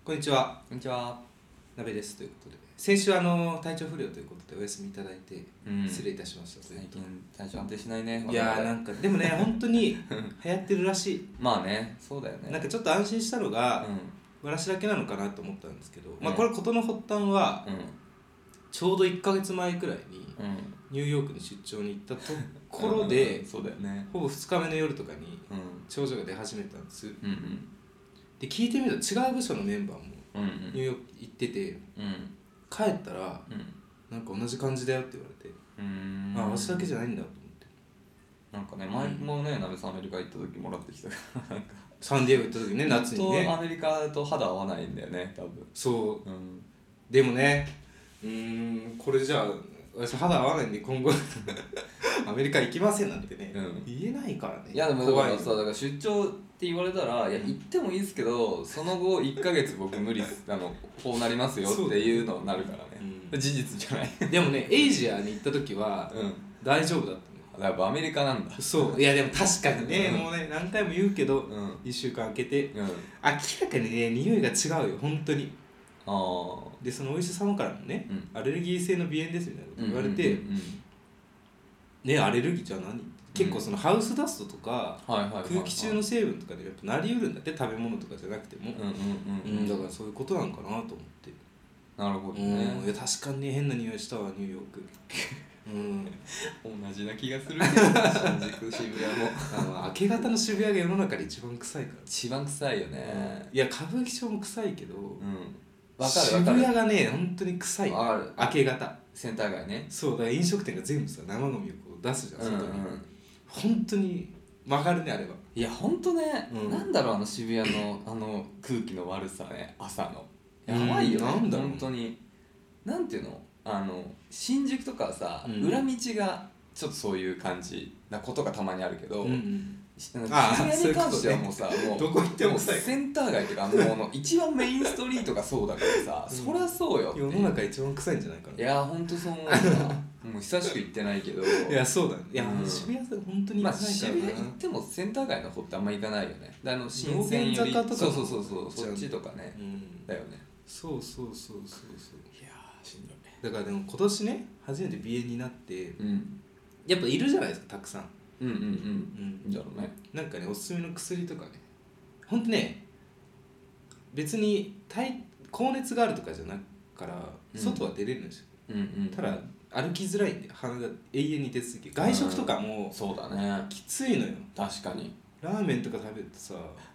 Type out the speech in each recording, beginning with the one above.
こんにちは。 こんにちは。 鍋ですということで、先週体調不良ということでお休みいただいて失礼いたしました。 最近体調安定しないね。 いやーなんかでもね本当に流行ってるらしい。 まあね、そうだよね。 なんかちょっと安心したのが、私だけなのかなと思ったんですけど、まあこれ事の発端は、ちょうど1ヶ月前くらいにニューヨークに出張に行ったところで、 そうだよね。 ほぼ2日目の夜とかに症状が出始めたんです。で聞いてみると違う部署のメンバーもニューヨーク行ってて、帰ったら、なんか同じ感じだよって言われて、あ、私だけじゃないんだと思って。 なんかね、前もね、鍋さんアメリカ行った時もらってきたからなんかサンディエゴ行った時ね、夏にね。 アメリカと肌合わないんだよね、多分。 そう、でもね、これじゃあ私肌合わないんで今後アメリカ行きませんなんてね、言えないからね。 いやでもだからさ、だから出張って言われたら、いや行ってもいいですけど、その後1ヶ月僕無理こうなりますよっていうのになるからね。事実じゃない。 でもね、エイジアに行った時は大丈夫だったの。 やっぱアメリカなんだ。 そう。いやでも確かにね、もうね何回も言うけど、1週間空けて、明らかにね匂いが違うよ本当に。でそのお医者様からもね、アレルギー性の鼻炎ですみたいなこと言われて、ね、アレルギーじゃあ何？結構そのハウスダストとか空気中の成分とかでやっぱなりうるんだって、食べ物とかじゃなくても。だからそういうことなんかなと思って。 なるほどね。 いや確かにね変な匂いしたわニューヨーク。 同じな気がするけど新宿渋谷も明け方の渋谷が世の中で一番臭いから。 一番臭いよね。 いや歌舞伎町も臭いけど、 渋谷がね本当に臭い。明け方センター街ね。 そうだから飲食店が全部さ生ゴミをこう出すじゃん、外に。本当に曲がるねあれは。 いや本当ね、なんだろう渋谷の空気の悪さね、朝のやばいよね。なんだろう本当に。なんていうの、新宿とかはさ、裏道がちょっとそういう感じなことがたまにあるけど、渋谷に関してはもうさ、もうどこ行っても臭い。 センター街っていうかもう一番メインストリートがそうだからさ、そりゃそうよ。 世の中一番臭いんじゃないかな。 いやほんとそう思うな。もう久しく行ってないけど。 いやそうだね。いや渋谷さ本当にまあ渋谷行ってもセンター街の方ってあんま行かないよね。で新鮮よりそうそっちとかね、だよね。 そう。いやしんどいね。 だからでも今年ね初めて鼻炎になって、やっぱいるじゃないですかたくさん。 だろうね。 なんかねおすすめの薬とかね、ほんとね別に高熱があるとかじゃなから外は出れるんですよ。ただ歩きづらいんで鼻が永遠に出続け、外食とかもそうだねきついのよ。 確かにラーメンとか食べるとさ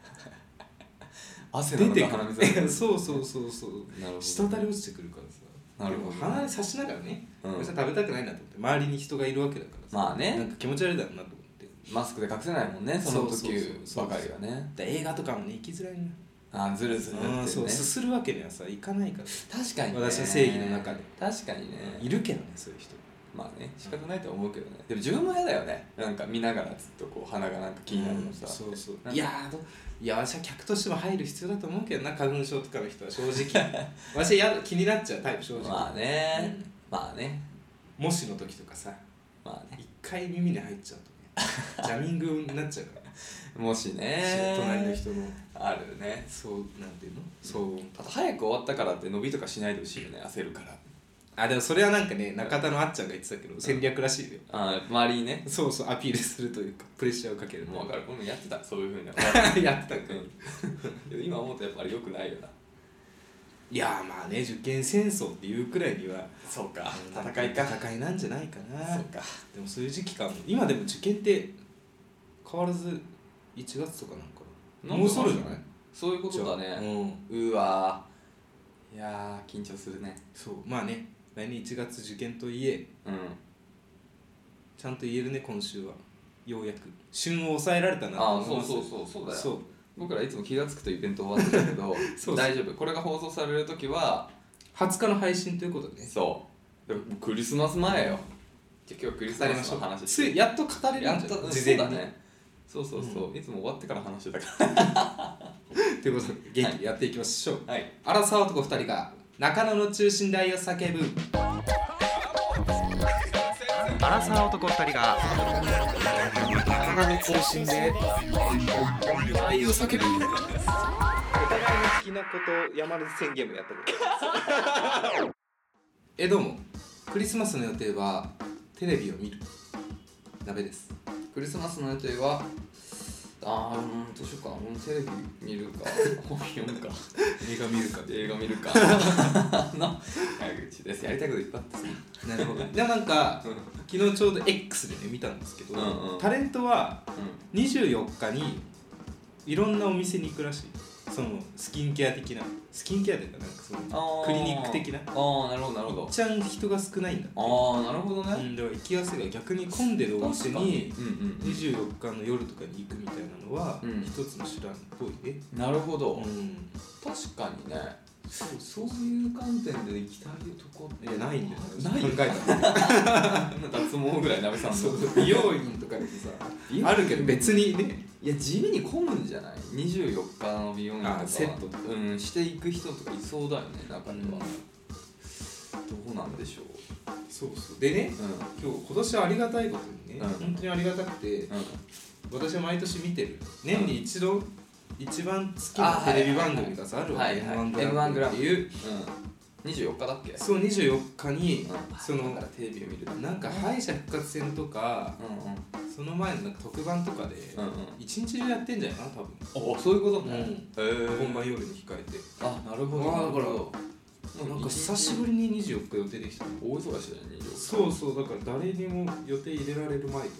汗なのか鼻水なのか。 そう滴り落ちてくるからさ。 なるほど。 鼻に刺しながらね、食べたくないなと思って、周りに人がいるわけだからさ、 まあね、 なんか気持ち悪いだろうなと思って。 マスクで隠せないもんね、その時ばかりはね。 映画とかもね行きづらいの。 ずるずるってね。 そうすするわけにはさ行かないから。 確かにね。 私の正義の中で。確かにね。 いるけどねそういう人。 まあね仕方ないと思うけどね。でも自分も嫌だよね。なんか見ながらずっとこう鼻がなんか気になるのさ。いや私は客としては入る必要だと思うけどな、花粉症とかの人は正直。私は気になっちゃうタイプ正直。 まあね。まあね。 もしの時とかさ。 まあね。 一回耳に入っちゃうとね。ジャミングになっちゃうから。 もしね。 隣の人の。 あるね。 そうなんていうの？そう。 あと早く終わったからって伸びとかしないでほしいよね、焦るから。 でもそれはなんかね中田のあっちゃんが言ってたけど戦略らしいよ。 周りにね。 そうアピールするというかプレッシャーをかける。 もう分かる。これもやってた、そういうふうに。 やってたか。 今思うとやっぱり良くないよな。 いやまあね受験戦争っていうくらいにはそうか戦いなんじゃないかな。 そうか。 でもそういう時期かも。今でも受験って変わらず1月とかなんかな。もうそろじゃない？ そういうことだね。うわいや緊張するね。 そうまあね来年1月受験といえ、ちゃんと言えるね今週はようやく旬を抑えられたなと思います。 そうだよ。そう僕らいつも気が付くとイベント終わってたけど大丈夫。これが放送される時は 20日の配信ということでね。 そうでもクリスマス前よ。じゃあ今日クリスマスの話してやっと語れるんじゃない？ そうだね。そういつも終わってから話してたからということで元気にやっていきましょう。アラサー男2人が中野の中心で愛を叫ぶ。アラサー男2人が中野の中心で愛を叫ぶ。お互いのきなこと山根宣言もやったことありますどうもクリスマスの予定はテレビを見る鍋です。 クリスマスの予定はどうしようかな。テレビ見るか本読むか映画見るかの矢口です。やりたいこといっぱいあってさ。なるほど。でもなんか、昨日ちょうど X でね見たんですけど、タレントは24日にいろんなお店に行くらしい。そのスキンケアというかなんかそのクリニック的な。 なるほどなるほど。 一番人が少ないんだって。 なるほどね。 だから行きやすいが逆に混んでるお店に24日の夜とかに行くみたいなのは一つの手段っぽいね。 なるほど。確かにね。そういう観点で行きたいとこってないんだよ。 ない考えた脱毛ぐらい鍋さんの美容院とかでさあるけど別にね。 いや地味に混むんじゃない？ 24 日の美容院とかセットしていく人とかいそうだよね中には。どうなんでしょう。 そうでね、今年はありがたいことにね、本当にありがたくて、私は毎年見てる。年に一度一番好きなテレビ番組がさあるわけ。 M1 グランプリっていう24日だっけ？ そう24日にそのテレビを見るなんか敗者復活戦とかその前のなんか特番とかで一日中やってんじゃないかな多分。そういうことね。 本番夜に控えて。 なるほど。 だからなんか久しぶりに24日予定できた。 大忙しだよね24日。 そうだから誰にも予定入れられる前と思って。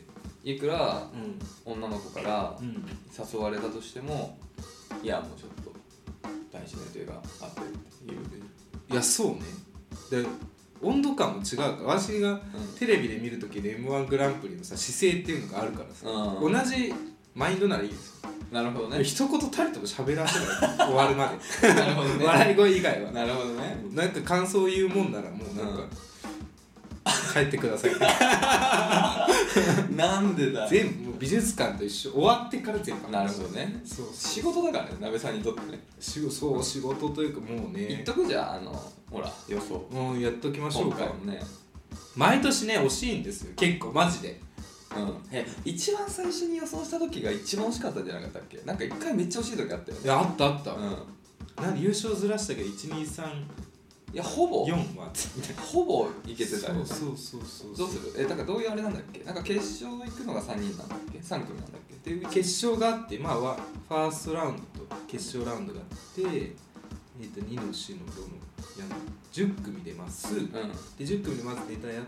いくら女の子から誘われたとしても、いやもうちょっと大事な予定があってっていう。 いやそうね。で温度感も違うから、私がテレビで見るときで M1 グランプリのさ姿勢っていうのがあるからさ、同じマインドならいいですよ。 なるほどね。 一言たりとも喋らせない終わるまで。 なるほどね。 笑い声以外は。 なるほどね。 なんか感想を言うもんならもうなんか、帰ってください。 なんでだ。 全部美術館と一緒。終わってから全部。 なるほどね。 そう仕事だからね、鍋さんにとってね。 仕事というかもうね。 言っとくじゃほら予想。 やっときましょうか。 今回もね。 毎年ね惜しいんですよ。結構マジで。 一番最初に予想した時が一番惜しかったんじゃなかったっけ？なんか一回めっちゃ惜しい時あったよね。 いやあった。なんで優勝ずらしたけど123。 いやほぼ 4はほぼいけてたよ。 そうどうする？だからどういうあれなんだっけ？なんか決勝行くのが3人なんだっけ？3組なんだっけ？っていう決勝があって、ファーストラウンドと決勝ラウンドがあって、2の4の5の10組出ます。で10組でまずネタやって、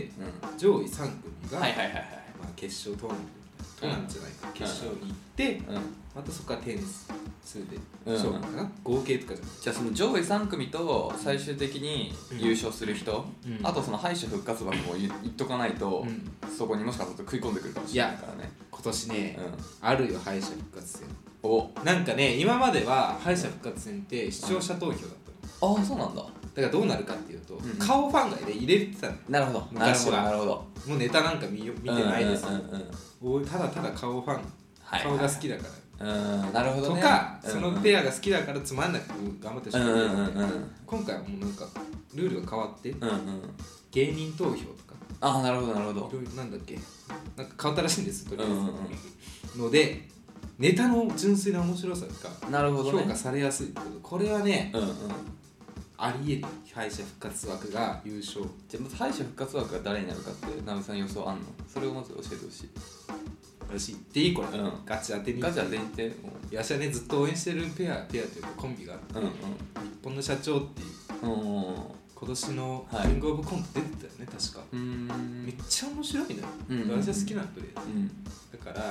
上位3組が決勝トーナメントトーナメントじゃないか決勝に行って、またそこから点数で勝負かな、合計とかじゃない。 じゃあその上位3組と最終的に優勝する人、あとその敗者復活枠も言っとかないと、そこにもしかすると食い込んでくるかもしれないからね。 今年ね、あるよ敗者復活戦。なんかね今までは敗者復活戦って視聴者投票だったの。 そうなんだ。 だからどうなるかっていうと、顔ファンが入れてたの。 なるほど。 昔は。 なるほど。 もうネタなんか見てないです。ただただ顔ファン、顔が好きだから。 なるほどね。 とか、そのペアが好きだからつまんなくて頑張ってしまう。今回はもうなんかルールが変わって、芸人投票とか。 なるほど。 なんだっけ、なんか変わったらしいんですとりあえず。のでネタの純粋な面白さが評価されやすい。これはね。あり得る。敗者復活枠が優勝。 じゃあまず敗者復活枠が誰になるかってナメさん予想あんの？それをまず教えてほしい。 私言っていいこれ、ガチ当てにガチ当てに言って。 私はねずっと応援してるペアというかコンビがあって、日本の社長っていう今年のキングオブコント出てたよね確か。めっちゃ面白いのよ。私は好きなプレーだから、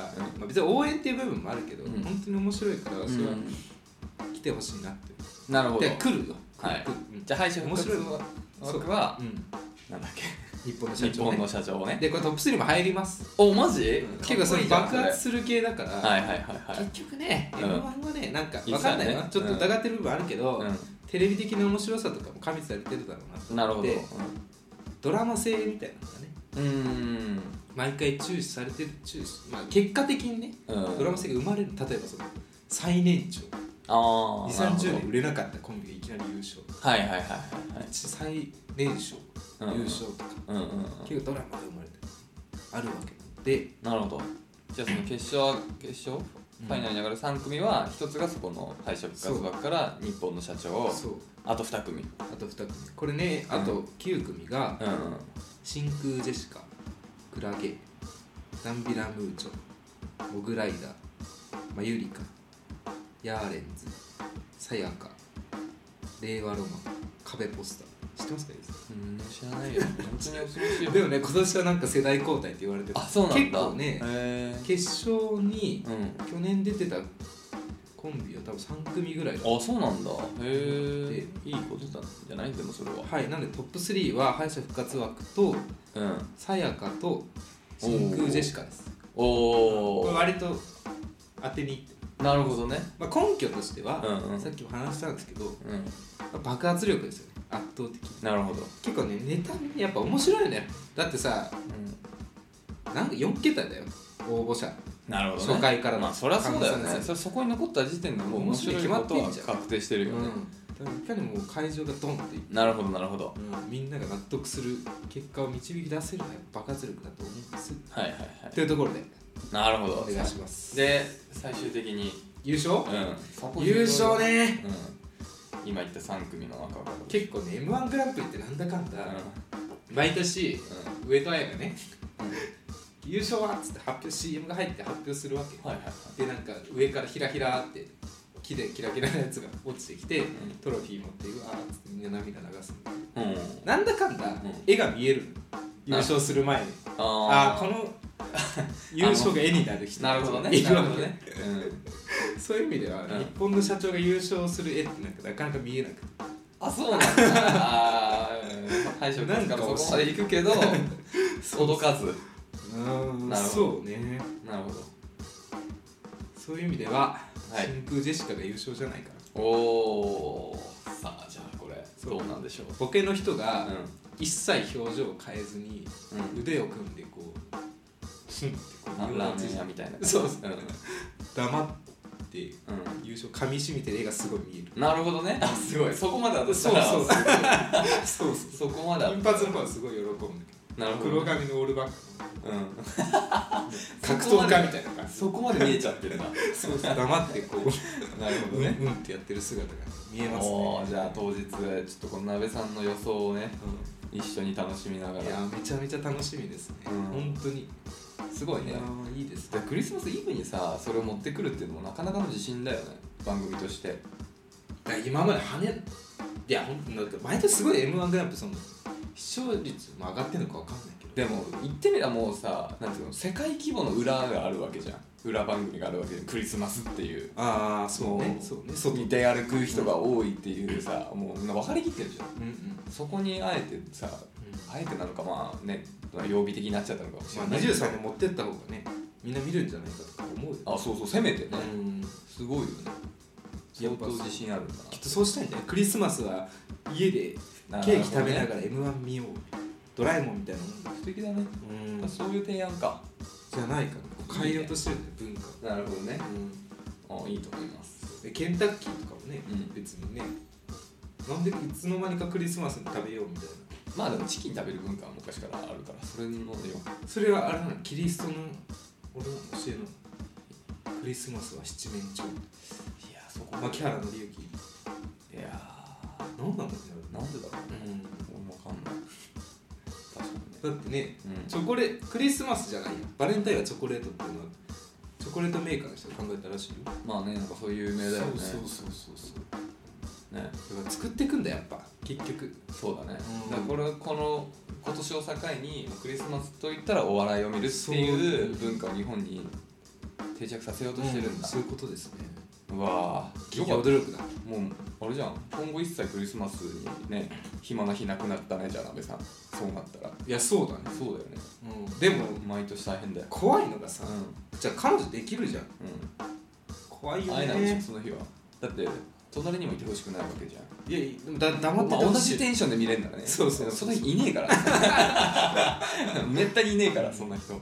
別に応援っていう部分もあるけど、本当に面白いから私は来てほしいなって。 なるほど。 で来るよ。 じゃあ敗者復活枠はなんだっけ、 日本の社長ね。でこれトップ3も入ります。 マジ？ 結構それ爆発する系だから結局ね M1 はねなんか分かんないよ、ちょっと疑ってる部分あるけど、テレビ的な面白さとかも加味されてるだろうなと思って。ドラマ性みたいなのがね毎回注視されてる。結果的にねドラマ性が生まれる。例えばその最年長2、30年売れなかったコンビがいきなり優勝。最年少優勝とか結構ドラマで生まれてあるわけで。 なるほど。じゃあその決勝ファイナルに上がる3組は1つがそこの敗者復活枠から日本の社長、あと2組、 これね、あと9組が、真空ジェシカ、クラゲ、ダンビラムーチョ、モグライダー、マユリカ、ヤーレンズ、さやか、令和ロマン、壁ポスター。知ってますか？ 知らないよ。本当に恐ろしい。 でもね、今年はなんか世代交代って言われてる。 そうなんだ。 結構ね、決勝に去年出てたコンビは多分3組ぐらいだ。 そうなんだ。へえ。いいことなんじゃない？でもそれは。 はい、なのでトップ3は敗者復活枠とさやかと真空ジェシカです。これ割と当てにいって。 なるほどね。 根拠としては、さっきも話したんですけど、爆発力ですよね。圧倒的。 なるほど。 結構ね、ネタやっぱ面白いね。だってさ、なんか4桁だよ、応募者。 なるほどね。 初回からの。 そりゃそうだよね。そこに残った時点でもう面白いことは確定してるよね。 いかにも会場がドンっていって、 なるほどなるほど、 みんなが納得する結果を導き出せるのは爆発力だと思うんです。 はいはいはい。 というところで、 なるほど、 お願いします。 で、最終的に優勝？優勝ね。 今言った3組の中から結構ね、M1 グランプリってなんだかんだ、毎年、上戸彩がね、優勝はっつって発表、CM が入って発表するわけ。で、なんか上からひらひらって木でキラキラなやつが落ちてきて、トロフィー持ってうわーっつってみんな涙流すの。なんだかんだ絵が見える。優勝する前に。この優勝が絵になる人。 なるほどね。 そういう意味では、日本の社長が優勝する絵ってなかなか見えなくて。 そうなんだ。敗者復活からそこまで行くけど届かず。 そうね。 なるほど。 そういう意味では真空ジェシカが優勝じゃないかな。 さあじゃあこれどうなんでしょう。 ボケの人が一切表情を変えずに腕を組んでこうラーメン屋みたいな。 そう黙って優勝噛みしめてる絵がすごい見える。 なるほどね。すごい。そこまで私そうそこまで金髪の方はすごい喜ぶんだけど、黒髪のオールバック格闘家みたいな感じ。 そこまで見えちゃってるな。 そう黙ってこうなるほどね。 ってやってる姿が見えますね。 じゃあ当日ちょっとこの鍋さんの予想をね一緒に楽しみながら。 いやめちゃめちゃ楽しみですね。本当にすごいね。 いいですね。 クリスマスイブにさそれを持ってくるっていうのもなかなかの自信だよね、番組として。 今までいやほんとなんか毎年すごい M1 グランプリその視聴率も上がってるのかわかんないけど、 でも言ってみればもうさ、なんていうの、世界規模の裏があるわけじゃん。裏番組があるわけで、クリスマスっていう。 そうね。 外に出歩く人が多いっていうさ、もう分かりきってるじゃん。そこにあえてさ、あえてなのかまあね、曜日的になっちゃったのかもしれない。 23年持ってった方がね、みんな見るんじゃないかとか思うよ。 そうせめてね。すごいよね。相当自信あるんだな。 きっとそうしたいんだよ。クリスマスは家でケーキ食べながら M1 見よう。ドラえもんみたいなもんだ。 素敵だね。そういう提案か。 じゃないかな。変えようとしてるんだよ、文化。 なるほどね。いいと思います。 ケンタッキーとかもね、別にね、なんでいつの間にかクリスマスに食べようみたいな。 まあでもチキン食べる文化は昔からあるから、それのよ。 それはあれなの、キリストの俺の教えのクリスマスは七面鳥。 いや、そこ牧原紀之。 いやー、なんだろうね。 なんでだろうね。わかんない。 だってね、チョコレートクリスマスじゃないよ、バレンタインはチョコレートっていうのはチョコレートメーカーの人が考えたらしいよ。 まあね、なんかそういう有名だよね。 そうね、だから作っていくんだよやっぱ結局。 そうだね。だからこの今年を境にクリスマスといったらお笑いを見るっていう文化を日本に定着させようとしてるんだ。 そういうことですね。 うわぁ、 企業努力だ。 もうあれじゃん、今後一切クリスマスにね暇な日なくなったね。じゃあ鍋さん、そうなったら。 いやそうだね。 そうだよね。 でも毎年大変だよ。 怖いのがさ、じゃあ彼女できるじゃん。怖いよね。 会えないでしょその日は。だって隣にもいてほしくないわけじゃん。 いやでも黙って同じテンションで見れるんだからね。 そうその日いねえからめったにいねえからそんな人。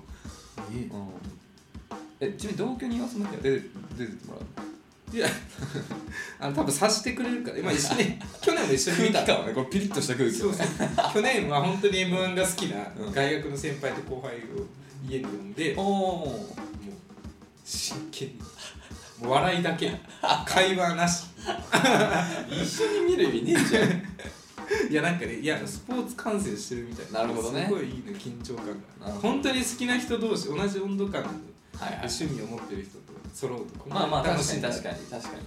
ちなみに同居人はその日は出てもらう？ いや多分察してくれるから。今一緒に去年も一緒に見たからね。これピリッとした空気。 そう去年は本当に M1 が好きな大学の先輩と後輩を家に呼んで、もう真剣に笑いだけ会話なし一緒に見る意味ねえじゃんいやなんかね、いやスポーツ観戦してるみたいな。 なるほどね。 すごいいいね、緊張感が。本当に好きな人同士、同じ温度感の趣味を持ってる人と揃うと、 まあまあ確かに、うん、なるほどね。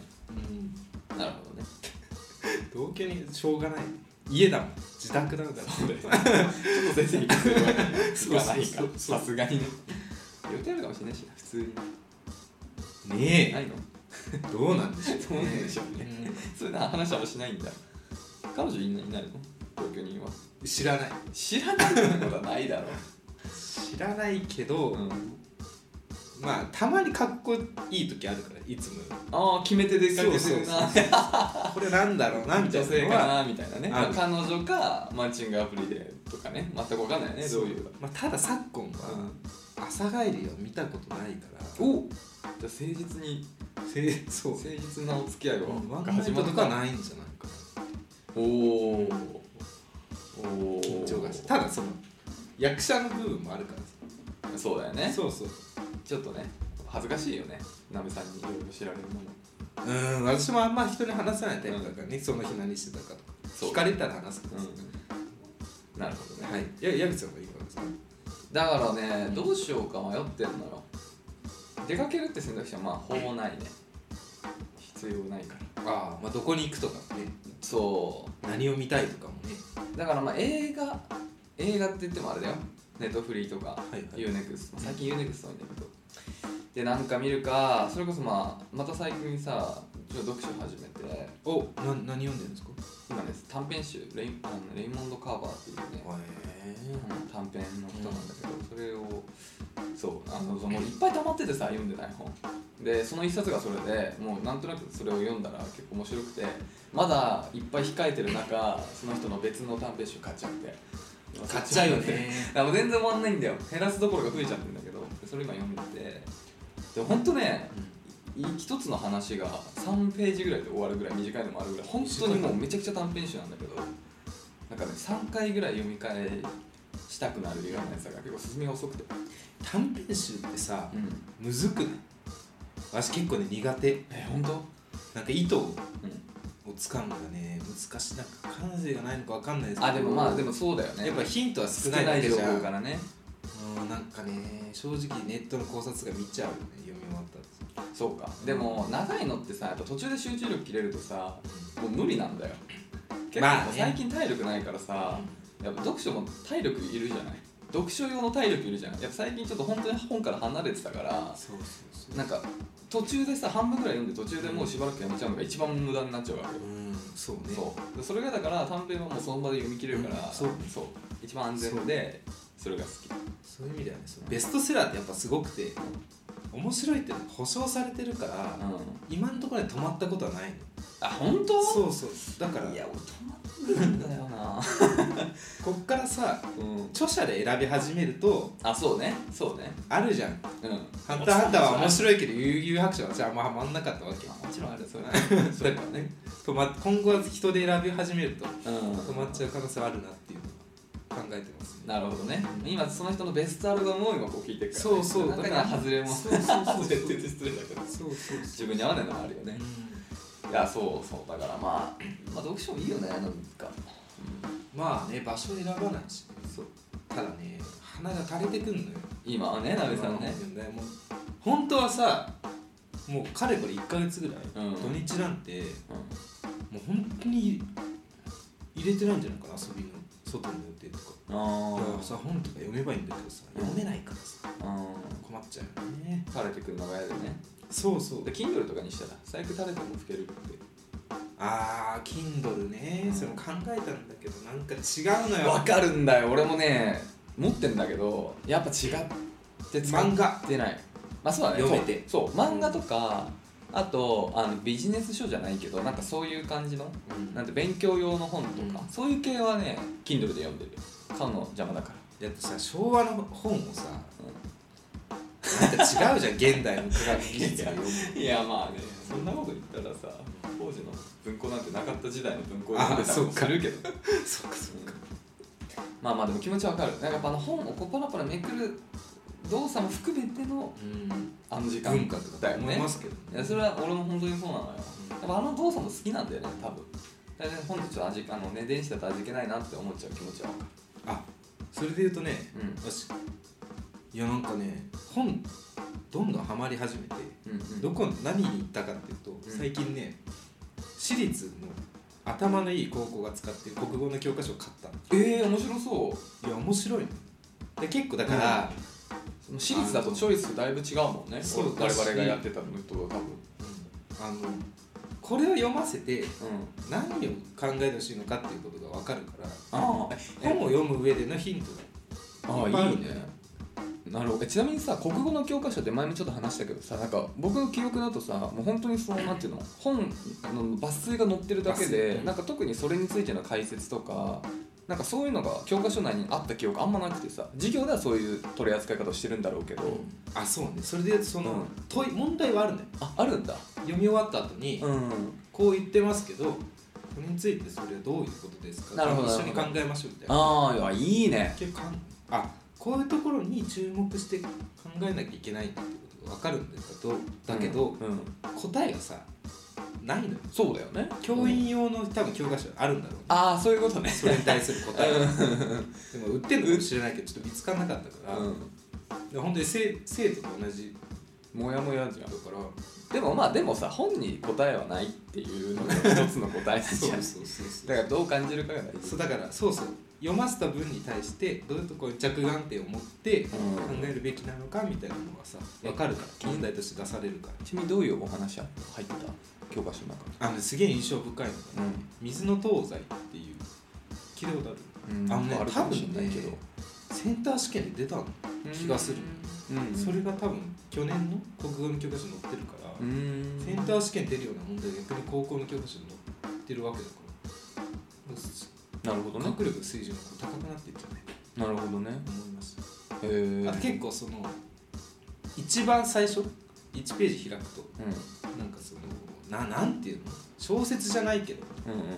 同居にしょうがない。家だもん、自宅なんだから。 そうだよね。ちょっと先生に行くわけにいかないか、さすがにね。予定あるかもしれないし、普通に。 ねえ。 ないの？ どうなんでしょうね。 どうなんでしょうね。そういう話はしないんだ。彼女いないの？同居人は。 知らない。 知らないことはないだろう。 知らないけど、まあたまにかっこいい時あるから、いつも。 ああ、決めて出かけてるな。 これなんだろうなみたいな。 女性かなみたいなね。彼女かマッチングアプリでとかね、全く分かんないね、どういう。 まあただ昨今は朝帰りを見たことないから。 お。じゃあ誠実に誠実なお付き合いが始まるとかないんじゃないかな。お緊張がして。ただその役者の部分もあるからさ。 そうだよね。 そうそう。 ちょっとね恥ずかしいよね、なべさんにいろいろ知られるのも。 私もあんま人に話さないタイプだからね、その日何してたかとか聞かれたら話すから、 なるほどね。 はい。矢口さんはいかがですか？ だからね、どうしようか迷ってんのよ。出かけるって選択肢はまあほぼないね。必要ないから。 まあどこに行くとかね。 そう。 何を見たいとかもね。 だからまあ映画って言ってもあれだよ。ネットフリーとか、ユーネクスト、最近ユーネクストなんだけど。でなんか見るか、それこそまた最近さ、ちょっと読書始めて。 何読んでるんですか？ 今ね、短編集レイモンド・カーバーっていうね、短編の人なんだけど、それをそうもういっぱい溜まっててさ、読んでない本で、その一冊がそれで、もうなんとなくそれを読んだら結構面白くて、まだいっぱい控えてる中、その人の別の短編集買っちゃって。 買っちゃうよね。 もう全然終わんないんだよ。減らすどころが増えちゃってるんだけど、それ今読んでて、でもほんとね、一つの話が3ページぐらいで終わるぐらい、短いのもあるぐらい、本当にもうめちゃくちゃ短編集なんだけど、なんかね、3回ぐらい読み返したくなるようなやつが結構進みが遅くて。 短編集ってさ、むずくない？私結構ね苦手。 本当？ なんか糸を掴むのがね難しい。なんか感性がないのかわかんないですけど。 でもまあでもそうだよね。 やっぱヒントは少ないだけじゃん。 からね。 なんかね、正直ネットの考察が見ちゃうよね、読み終わったら。 そうか。でも長いのってさ、やっぱ途中で集中力切れるとさ、もう無理なんだよ。結構最近体力ないからさ、やっぱ読書も体力いるじゃない。読書用の体力いるじゃん。やっぱ最近ちょっと本当に本から離れてたから、なんか途中でさ、半分ぐらい読んで途中でもうしばらくやめちゃうのが一番無駄になっちゃうわけよ。 そうね。 それがだから短編はもうその場で読み切れるから、一番安全でそれが好き。 そういう意味ではね、ベストセラーってやっぱすごくて面白いって保証されてるから、今のところで止まったことはないの。 本当？ そうだから、 いや俺止まってるんだよなこっからさ、著者で選び始めると、 そうねあるじゃん。ハンターハンターは面白いけど悠々白書はじゃああんまハマんなかったわけ。 もちろんある、それだからね、今後は人で選び始めると止まっちゃう可能性はあるなっていうの考えてます。 なるほどね。今その人のベストアルバムを今こう聴いてるから、 そうだから外れも絶対失礼だけど、自分に合わないのもあるよね。いやそうだからまあ読書もいいよね、なんか。 まあね、場所選ばないし、ただね、鼻が枯れてくんのよ今はね、なべさんね。 もう本当はさ、もうかれこれ1ヶ月ぐらい、土日なんてもう本当に入れてないんじゃないかな、遊びの外の予定とか。だからさ、本とか読めばいいんだけどさ、読めないからさ、困っちゃうよね。 垂れてくるのが嫌でね。 そうで Kindle とかにしたら最悪垂れても吹けるって。 Kindle ね、それも考えたんだけどなんか違うのよ。 わかるんだよ、俺もね持ってんだけど、やっぱ違って使ってない。そうだね、 読めて。 漫画とか、あとビジネス書じゃないけど、なんかそういう感じの、なんて勉強用の本とか、そういう系はね Kindle で読んでるよ。買うの邪魔だから。 だってさ、昭和の本をさ、なんか違うじゃん、現代の科学技術が読む。 いやまあね、そんなこと言ったらさ、当時の文庫なんてなかった時代の文庫を読んでたりするけど。 そっか。 まあでも気持ちわかる。なんかやっぱ本をこうパラパラめくる動作も含めての、あの時間文化とかだよね。思いますけど、 いやそれは俺も本当にそうなのよ。やっぱあの動作も好きなんだよね多分。だから本日は電子だと味気ないなって思っちゃう気持ちは分かる。 あ、それで言うとね、私いやなんかね本どんどんハマり始めて、何に行ったかっていうと、最近ね私立の頭のいい高校が使ってる国語の教科書を買ったの。 面白そう。 いや面白いので結構だから、 私立だとチョイスだいぶ違うもんね。そう我々がやってたのとは多分、 これを読ませて、何を考えてほしいのかっていうことが分かるから、本を読む上でのヒントがいっぱいあるね。 なるほど。ちなみにさ、国語の教科書って前もちょっと話したけどさ、なんか僕の記憶だとさ、もう本当にそのなんていうの、本の抜粋が載ってるだけで、なんか特にそれについての解説とか、なんかそういうのが教科書内にあった記憶あんまなくてさ、授業ではそういう取り扱い方をしてるんだろうけど、 そうね。それでその、問題はあるんだよ。 あるんだ。 読み終わった後に、こう言ってますけど、これについてそれはどういうことですか。一緒に考えましょうみたいな。 いいね。 結構こういうところに注目して考えなきゃいけないってことが分かるんだけど、答えがさないのよ。 そうだよね。 教員用の多分教科書あるんだろうね。 そういうことね。 それに対する答えでも売ってるのかもしれないけどちょっと見つからなかったから、で本当に生徒と同じモヤモヤじゃん。 だからでもさ、本に答えはないっていうのが一つの答えなんじゃん。だからどう感じるかが大事。 だから読ませた文に対してどういうところに着眼点を持って考えるべきなのかみたいなのがさ分かるから問題として出されるから。 ちなみにどういうお話入ってた教科書の中に？ すげえ印象深いのが、水の東西っていう聞いたことある？多分ねセンター試験で出た気がする。それが多分去年の国語の教科書に載ってるから、センター試験出るような問題が逆に高校の教科書に載ってるわけだから、 なるほどね。 学力水準が高くなっていっちゃうね。 なるほどね。 思います。あと結構一番最初1ページ開くと、なんかなんていうの、小説じゃないけど、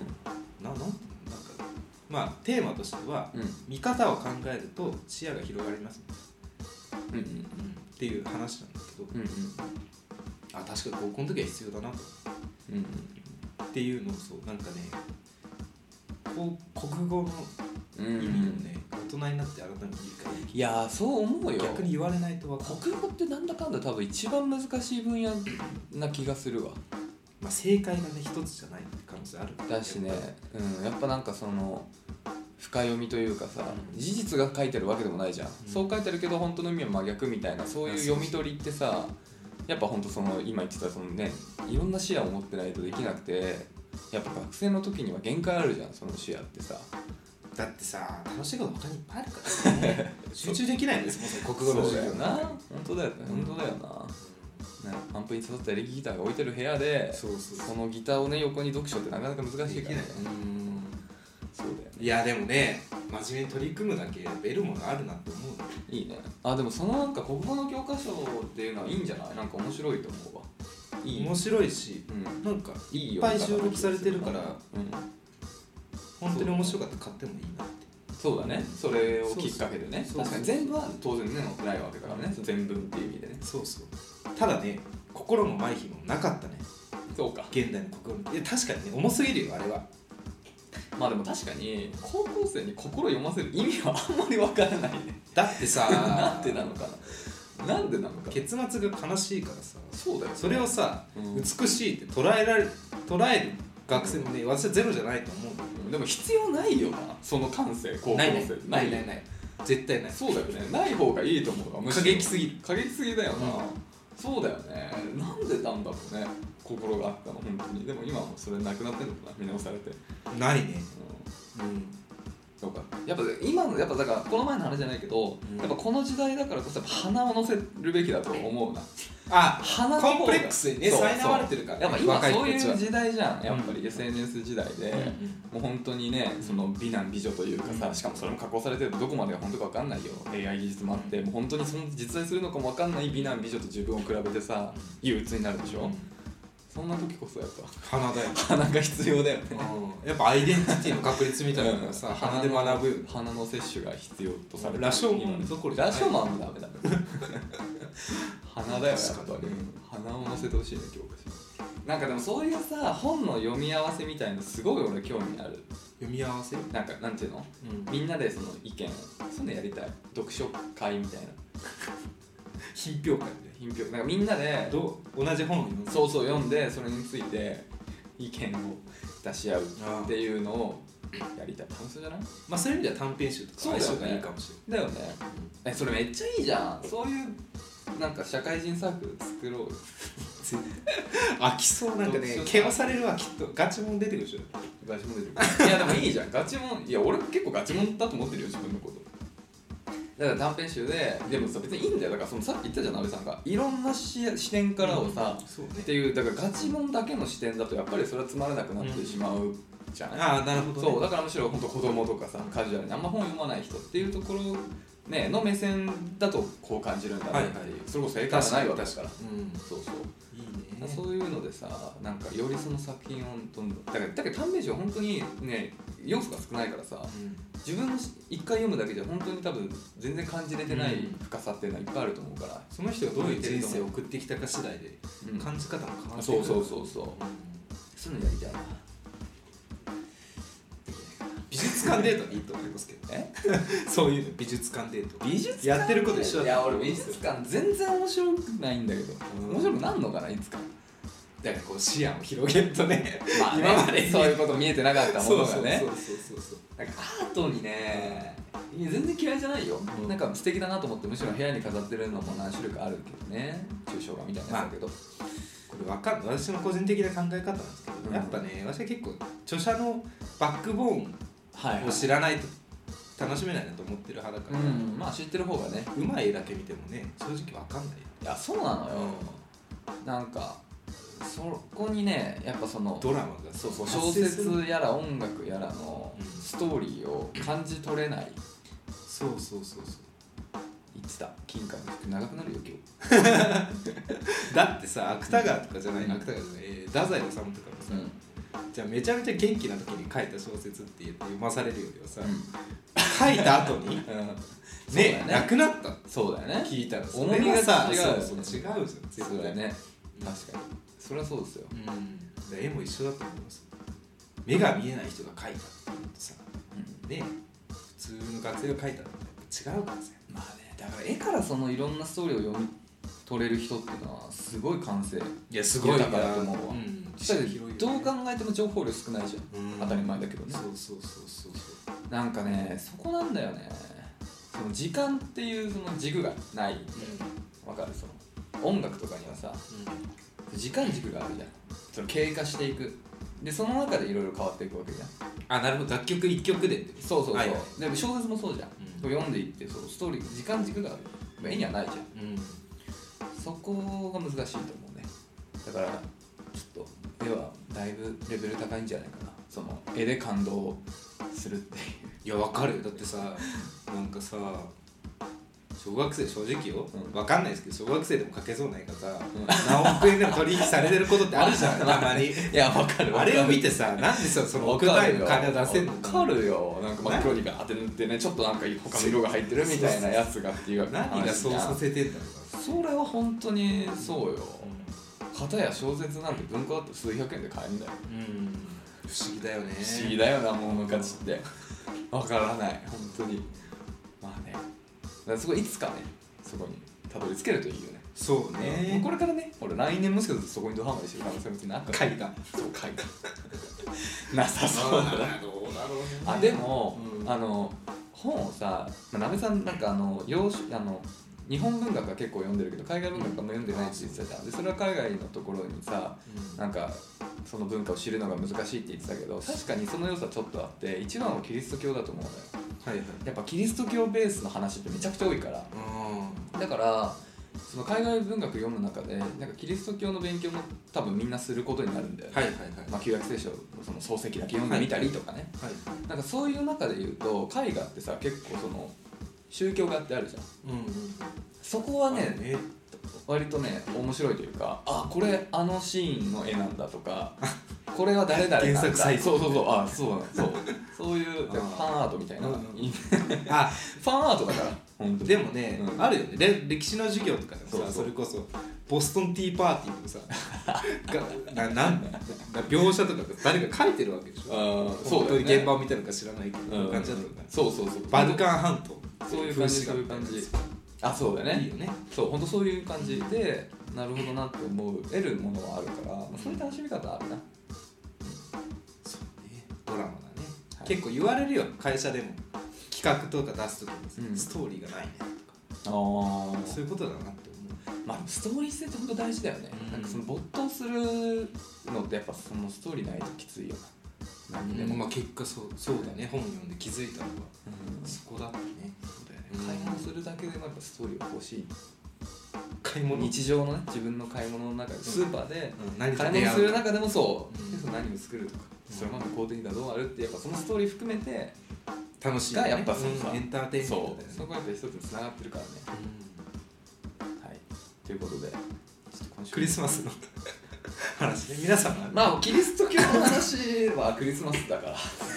まあテーマとしては、見方を考えると視野が広がります、っていう話なんだけど、確かに高校の時は必要だなと、っていうのをなんかね、国語の意味をね、大人になって改めて理解できる。 いやそう思うよ。 逆に言われないと分かる。 国語ってなんだかんだ多分一番難しい分野な気がするわ。 正解がね一つじゃないって可能性あるだしね、やっぱなんか深読みというかさ、事実が書いてるわけでもないじゃん、そう書いてるけど本当の意味は真逆みたいな、そういう読み取りってさ、やっぱ本当今言ってたいろんな視野を持ってないとできなくて、やっぱ学生の時には限界あるじゃん、その視野ってさ。 だってさ、楽しいこと他にいっぱいあるからね集中できないんですもん、国語の授業。 そうだよな、本当だよな。アンプに刺さったエレキギターが置いてる部屋で、そのギターをね横に読書ってなかなか難しいからね。そうだよね。 いやでもね、真面目に取り組むだけ得るものがあるなって思うの。 いいね。でもなんか国語の教科書っていうのはいいんじゃない？なんか面白いと思うわ。 面白いし、なんかいっぱい収録されてるから、本当に面白かったら買ってもいいなって。 そうだね、それをきっかけでね。確かに全部は当然ね載ってないわけだからね、全文っていう意味でね。 ただね、心の麻痺もなかったね。 そうか。 現代の国語。いや確かにね、重すぎるよあれは。 でも確かに高校生に心読ませる意味はあんまりわからないね。 だってさなんでなのかな。 結末が悲しいからさ。 そうだよ。 それをさ、美しいって捉える学生もね、私はゼロじゃないと思う。 でも必要ないよな、その感性。高校生ない絶対ない。 そうだよね、ない方がいいと思うわ。 過激すぎだよな。そうだよね。なんでなんだろうね、心があったの本当に。でも今はもうそれなくなってんのかな、見直されて。 ないね。 そうか。やっぱだからこの前の話じゃないけど、やっぱこの時代だからこそ鼻を乗せるべきだと思うな。 鼻コンプレックスにね苛まれてるから。 やっぱ今そういう時代じゃん。やっぱり SNS 時代で、もう本当にね、その美男美女というかさ、しかもそれも加工されてるとどこまでが本当か分かんないよ。 AI 技術もあって、もう本当に実在するのかも分かんない美男美女と自分を比べてさ、憂鬱になるでしょ。 そんな時こそやっぱ鼻だよ鼻が必要だよね、 やっぱアイデンティティの確立みたいなのがさ、鼻で学ぶよ。 鼻の摂取が必要とされる。 ラショーマンどころじゃない。 ラショーマンもダメだ鼻だよやっぱり、鼻を乗せてほしいね教科書。なんかでもそういうさ本の読み合わせみたいなすごい俺興味ある。 読み合わせなんかなんていうの、みんなでその意見そういうのやりたい。読書会みたいな品評会で品評なんかみんなで同じ本を読んでそう読んでそれについて意見を出し合うっていうのをやりたい。楽しそうじゃない？ まあそういう意味では短編集とか相性がいいかもしれない。 だよね、それめっちゃいいじゃん。そういうなんか社会人サークル作ろうよ飽きそう。なんかね毛はされるわきっと。ガチモン出てくるでしょ。 ガチモン出てくるいやでもいいじゃんガチモン。いや俺結構ガチモンだと思ってるよ自分のこと。だから短編集ででもさ別にいいんだよ。だからそのさっき言ったじゃん安部さんがいろんな視点からをさ、っていうだからガチモンだけの視点だとやっぱりそれはつまらなくなってしまうじゃない。 ああなるほど、ね、 そうだからむしろ本当子供とかさカジュアルにあんま本読まない人っていうところねの目線だとこう感じるんだねっていう、それこそ正解はないわけだから、そうそういいね。そういうのでさなんかよりその作品をどんどんだけど短編集は本当にね要素が少ないからさ、自分の一回読むだけじゃ本当に多分全然感じれてない深さっていうのはいっぱいあると思うから、 その人がどういう人生を送ってきたか次第で感じ方も変わってくる。 そういうのやりたいな。 美術館デートいいと思いますけどねそういうの美術館デート美術館やってること一緒だ。 いや俺美術館全然面白くないんだけど、面白くなんのかないつか。 だからこう視野を広げるとね、 まあね今までそういうこと見えてなかったものがね、 そうなんかアートにね、いや全然嫌いじゃないよ、なんか素敵だなと思ってむしろ部屋に飾ってるのも何種類かあるけどね、抽象画みたいなやつだけど、 これ分かんない私の個人的な考え方なんですけど、やっぱね私は結構著者のバックボーンを知らないと楽しめないなと思ってる派だから、 まあ知ってる方がね、 うまい絵だけ見てもね正直分かんない。 いやそうなのよ、なんかそこにねやっぱそのドラマがそう小説やら音楽やらのストーリーを感じ取れない。 そう言ってた金貨の服長くなるよ今日だってさ芥川とかじゃない、芥川じゃない、太宰治とかもさ、じゃあめちゃめちゃ元気な時に書いた小説って言って読まされるよりはさ、書いた後にね亡くなったそうだよね聞いたら重みが違う違うじゃん。 そうだよね確かにそれはそうですよ。 絵も一緒だと思います。目が見えない人が描いたって言うとさ、ね普通の学生が描いたのと違うからさ。 まあねだから絵からそのいろんなストーリーを読み取れる人っていうのはすごい感性すごい豊かだと思うわ。どう考えても情報量少ないじゃん、当たり前だけどね。そうなんかねそこなんだよね。その時間っていうその軸がない。わかる？その音楽とかにはさ、時間軸があるじゃん。その経過していく。でその中でいろいろ変わっていくわけじゃん。 なるほど。楽曲一曲で。 そう。でも小説もそうじゃん。読んでいってストーリー時間軸がある。絵にはないじゃん。そこが難しいと思うね。だからちょっと絵はだいぶレベル高いんじゃないかな。その絵で感動するっていう。 いやわかるよ。だってさなんかさ小学生正直よ、わかんないですけど小学生でも描けそうな絵がさ、何億円でも取引されてることってあるじゃんたまに。いやわかる。 あれを見てさなんでその億単位の金を出せんのか。わかるよ。なんか真っ黒にガーって塗ってねちょっとなんか他の色が入ってるみたいなやつがっていう何がそうさせてんだろうか。それは本当にそうよ。片や小説なんて文庫だと数百円で買えるんだよ。 不思議だよね。 不思議だよなもうの価値ってわからない本当に。まあねだからすごいいつかねそこにたどり着けるといいよね。 そうね。 これからね俺来年もしかするとそこにドハマりしてる可能性も別になく絵画そう絵画なさそうだな。 どうだろうね。 でも、本をさなべさんなんか日本文学は結構読んでるけど海外文学はもう読んでないって言ってたじゃん。でそれは海外のところにさ、なんかその文化を知るのが難しいって言ってたけど確かにその良さちょっとあって一番はキリスト教だと思うのよ。やっぱキリスト教ベースの話ってめちゃくちゃ多いから、だからその海外文学読む中でなんかキリスト教の勉強も多分みんなすることになるんだよね。旧約聖書のその漱石だけ読んでみたりとかね、なんかそういう中で言うと絵画ってさ結構その宗教画ってあるじゃん、そこはね割とね面白いというか、あこれあのシーンの絵なんだとかこれは誰々なんだ、 原作サイト、 そうそういうファンアートみたいな、 あファンアートだから本当に。 でもね、あるよね、歴史の授業とかでもさ、それこそボストンティーパーティーとかさ描写とか誰か書いてるわけでしょ。本当に現場を見たのか知らないけど、感じだったのか。 そうバルカン半島、 そういう感じ、そういう感じ。あ、そうだね。いいよね。そう、本当そういう感じで、なるほどなって思う、得るものはあるから、そういう楽しみ方あるな。 そうね、ドラマだね。結構言われるよ、会社でも。企画とか出すときにストーリーがないねとか。そういうことだなって思う。 まあストーリー性って本当大事だよね。なんかその没頭するのってやっぱそのストーリーないときついよな。何でも。 まあ結果そうだね。本読んで気づいたのはそこだったね。 買い物するだけでもやっぱストーリーが欲しい。 買い物、 日常のね、自分の買い物の中でスーパーで買い物する中でもそう、何を作るとか、それまで工程がどうあるってやっぱそのストーリー含めて楽しいがやっぱエンターテインメントだよね。 そこがやっぱ一つに繋がってるからね。はい。ということで、ちょっと今週クリスマスの話ね。皆さんはまあキリスト教の話はクリスマスだから。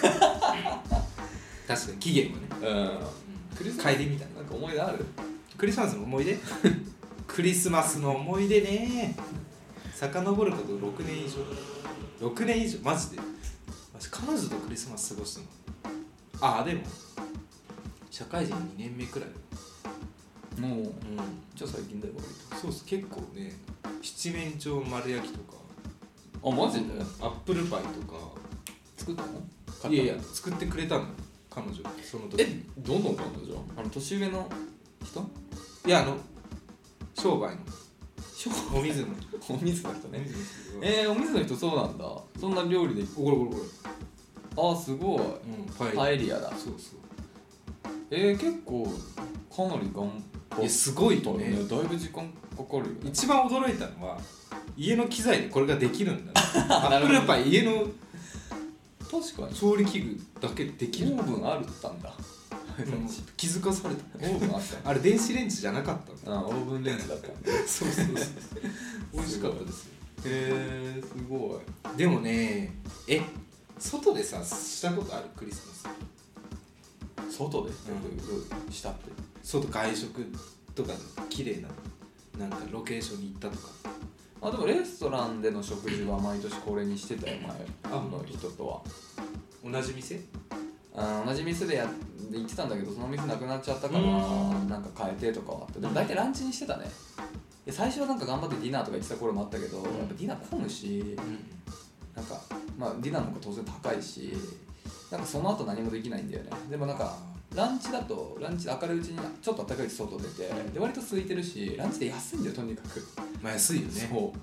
確かに期限はね。 クリスマス帰りみたいな。 なんか思い出ある？ クリスマスの思い出？クリスマスの思い出ね。遡ること6年以上マジで。彼女とクリスマス過ごしたの。でも社会人2年目くらい。 もう、じゃあ最近だよ割と。 そう結構ね、七面鳥丸焼きとか。 マジで？ アップルパイとか作ったの？ いや作ってくれたの彼女その時。 どんどん彼女？年上の人？ いや商売のお水のね。お水の人そうなんだ。そんな料理で。 これすごい。パエリアだ。 そう。 結構かなり頑張って。 すごいとね。 だいぶ時間かかるよね。 一番驚いたのは家の機材でこれができるんだ。アップルパイ家の確かに調理器具だけできる。 オーブンあるったんだ。 気づかされた。 オーブンあった。 あれ電子レンジじゃなかったんだ。 オーブンレンジだったんだ。 そう美味しかったですよ。 すごい。 でもね、外でさしたことある？クリスマス外でしたって。 外外食とか綺麗ななんかロケーションに行ったとか。 でもレストランでの食事は毎年恒例にしてたよ。前の人とは同じ店？ 同じ店で行ってたんだけど、その店なくなっちゃったからなんか変えてとかはあって。でも大体ランチにしてたね。最初はなんか頑張ってディナーとか言ってた頃もあったけど、やっぱディナー混むし、なんかディナーの方が当然高いし、なんかその後何もできないんだよね。でもなんかランチ明るいうちにちょっと暖かいうち外出て、で割と空いてるし、ランチで安いんだよとにかく。 安いよね。 そう、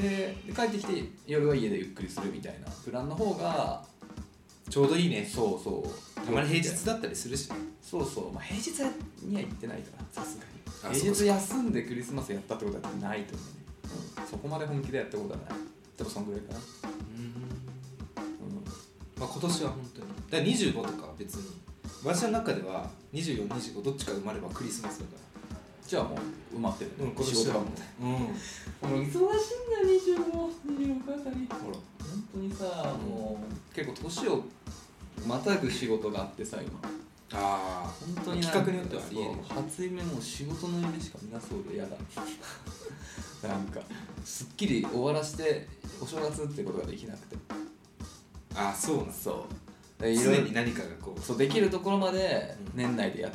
で帰ってきて夜は家でゆっくりするみたいなプランの方がちょうどいいね。 そうたまに平日だったりするしね。 そう平日には行ってないからさすがに。平日休んでクリスマスやったってことはないと思うね。そこまで本気でやったことはない。でもそんぐらいかな。 今年は本当にだから25とかは別に私の中では24、25どっちか生まればクリスマスだから。 じゃあもう埋まってるね。 今年はもう忙しいんだよ。25あたり。ほら本当にさ、もう結構年をまたぐ仕事があってさ今。本当に企画によってはありえる。 初夢も仕事の夢しか見なそうで嫌だ。なんかすっきり終わらしてお正月ってことができなくて。 そうなん。 そう常に何かがこうできるところまで年内でやって、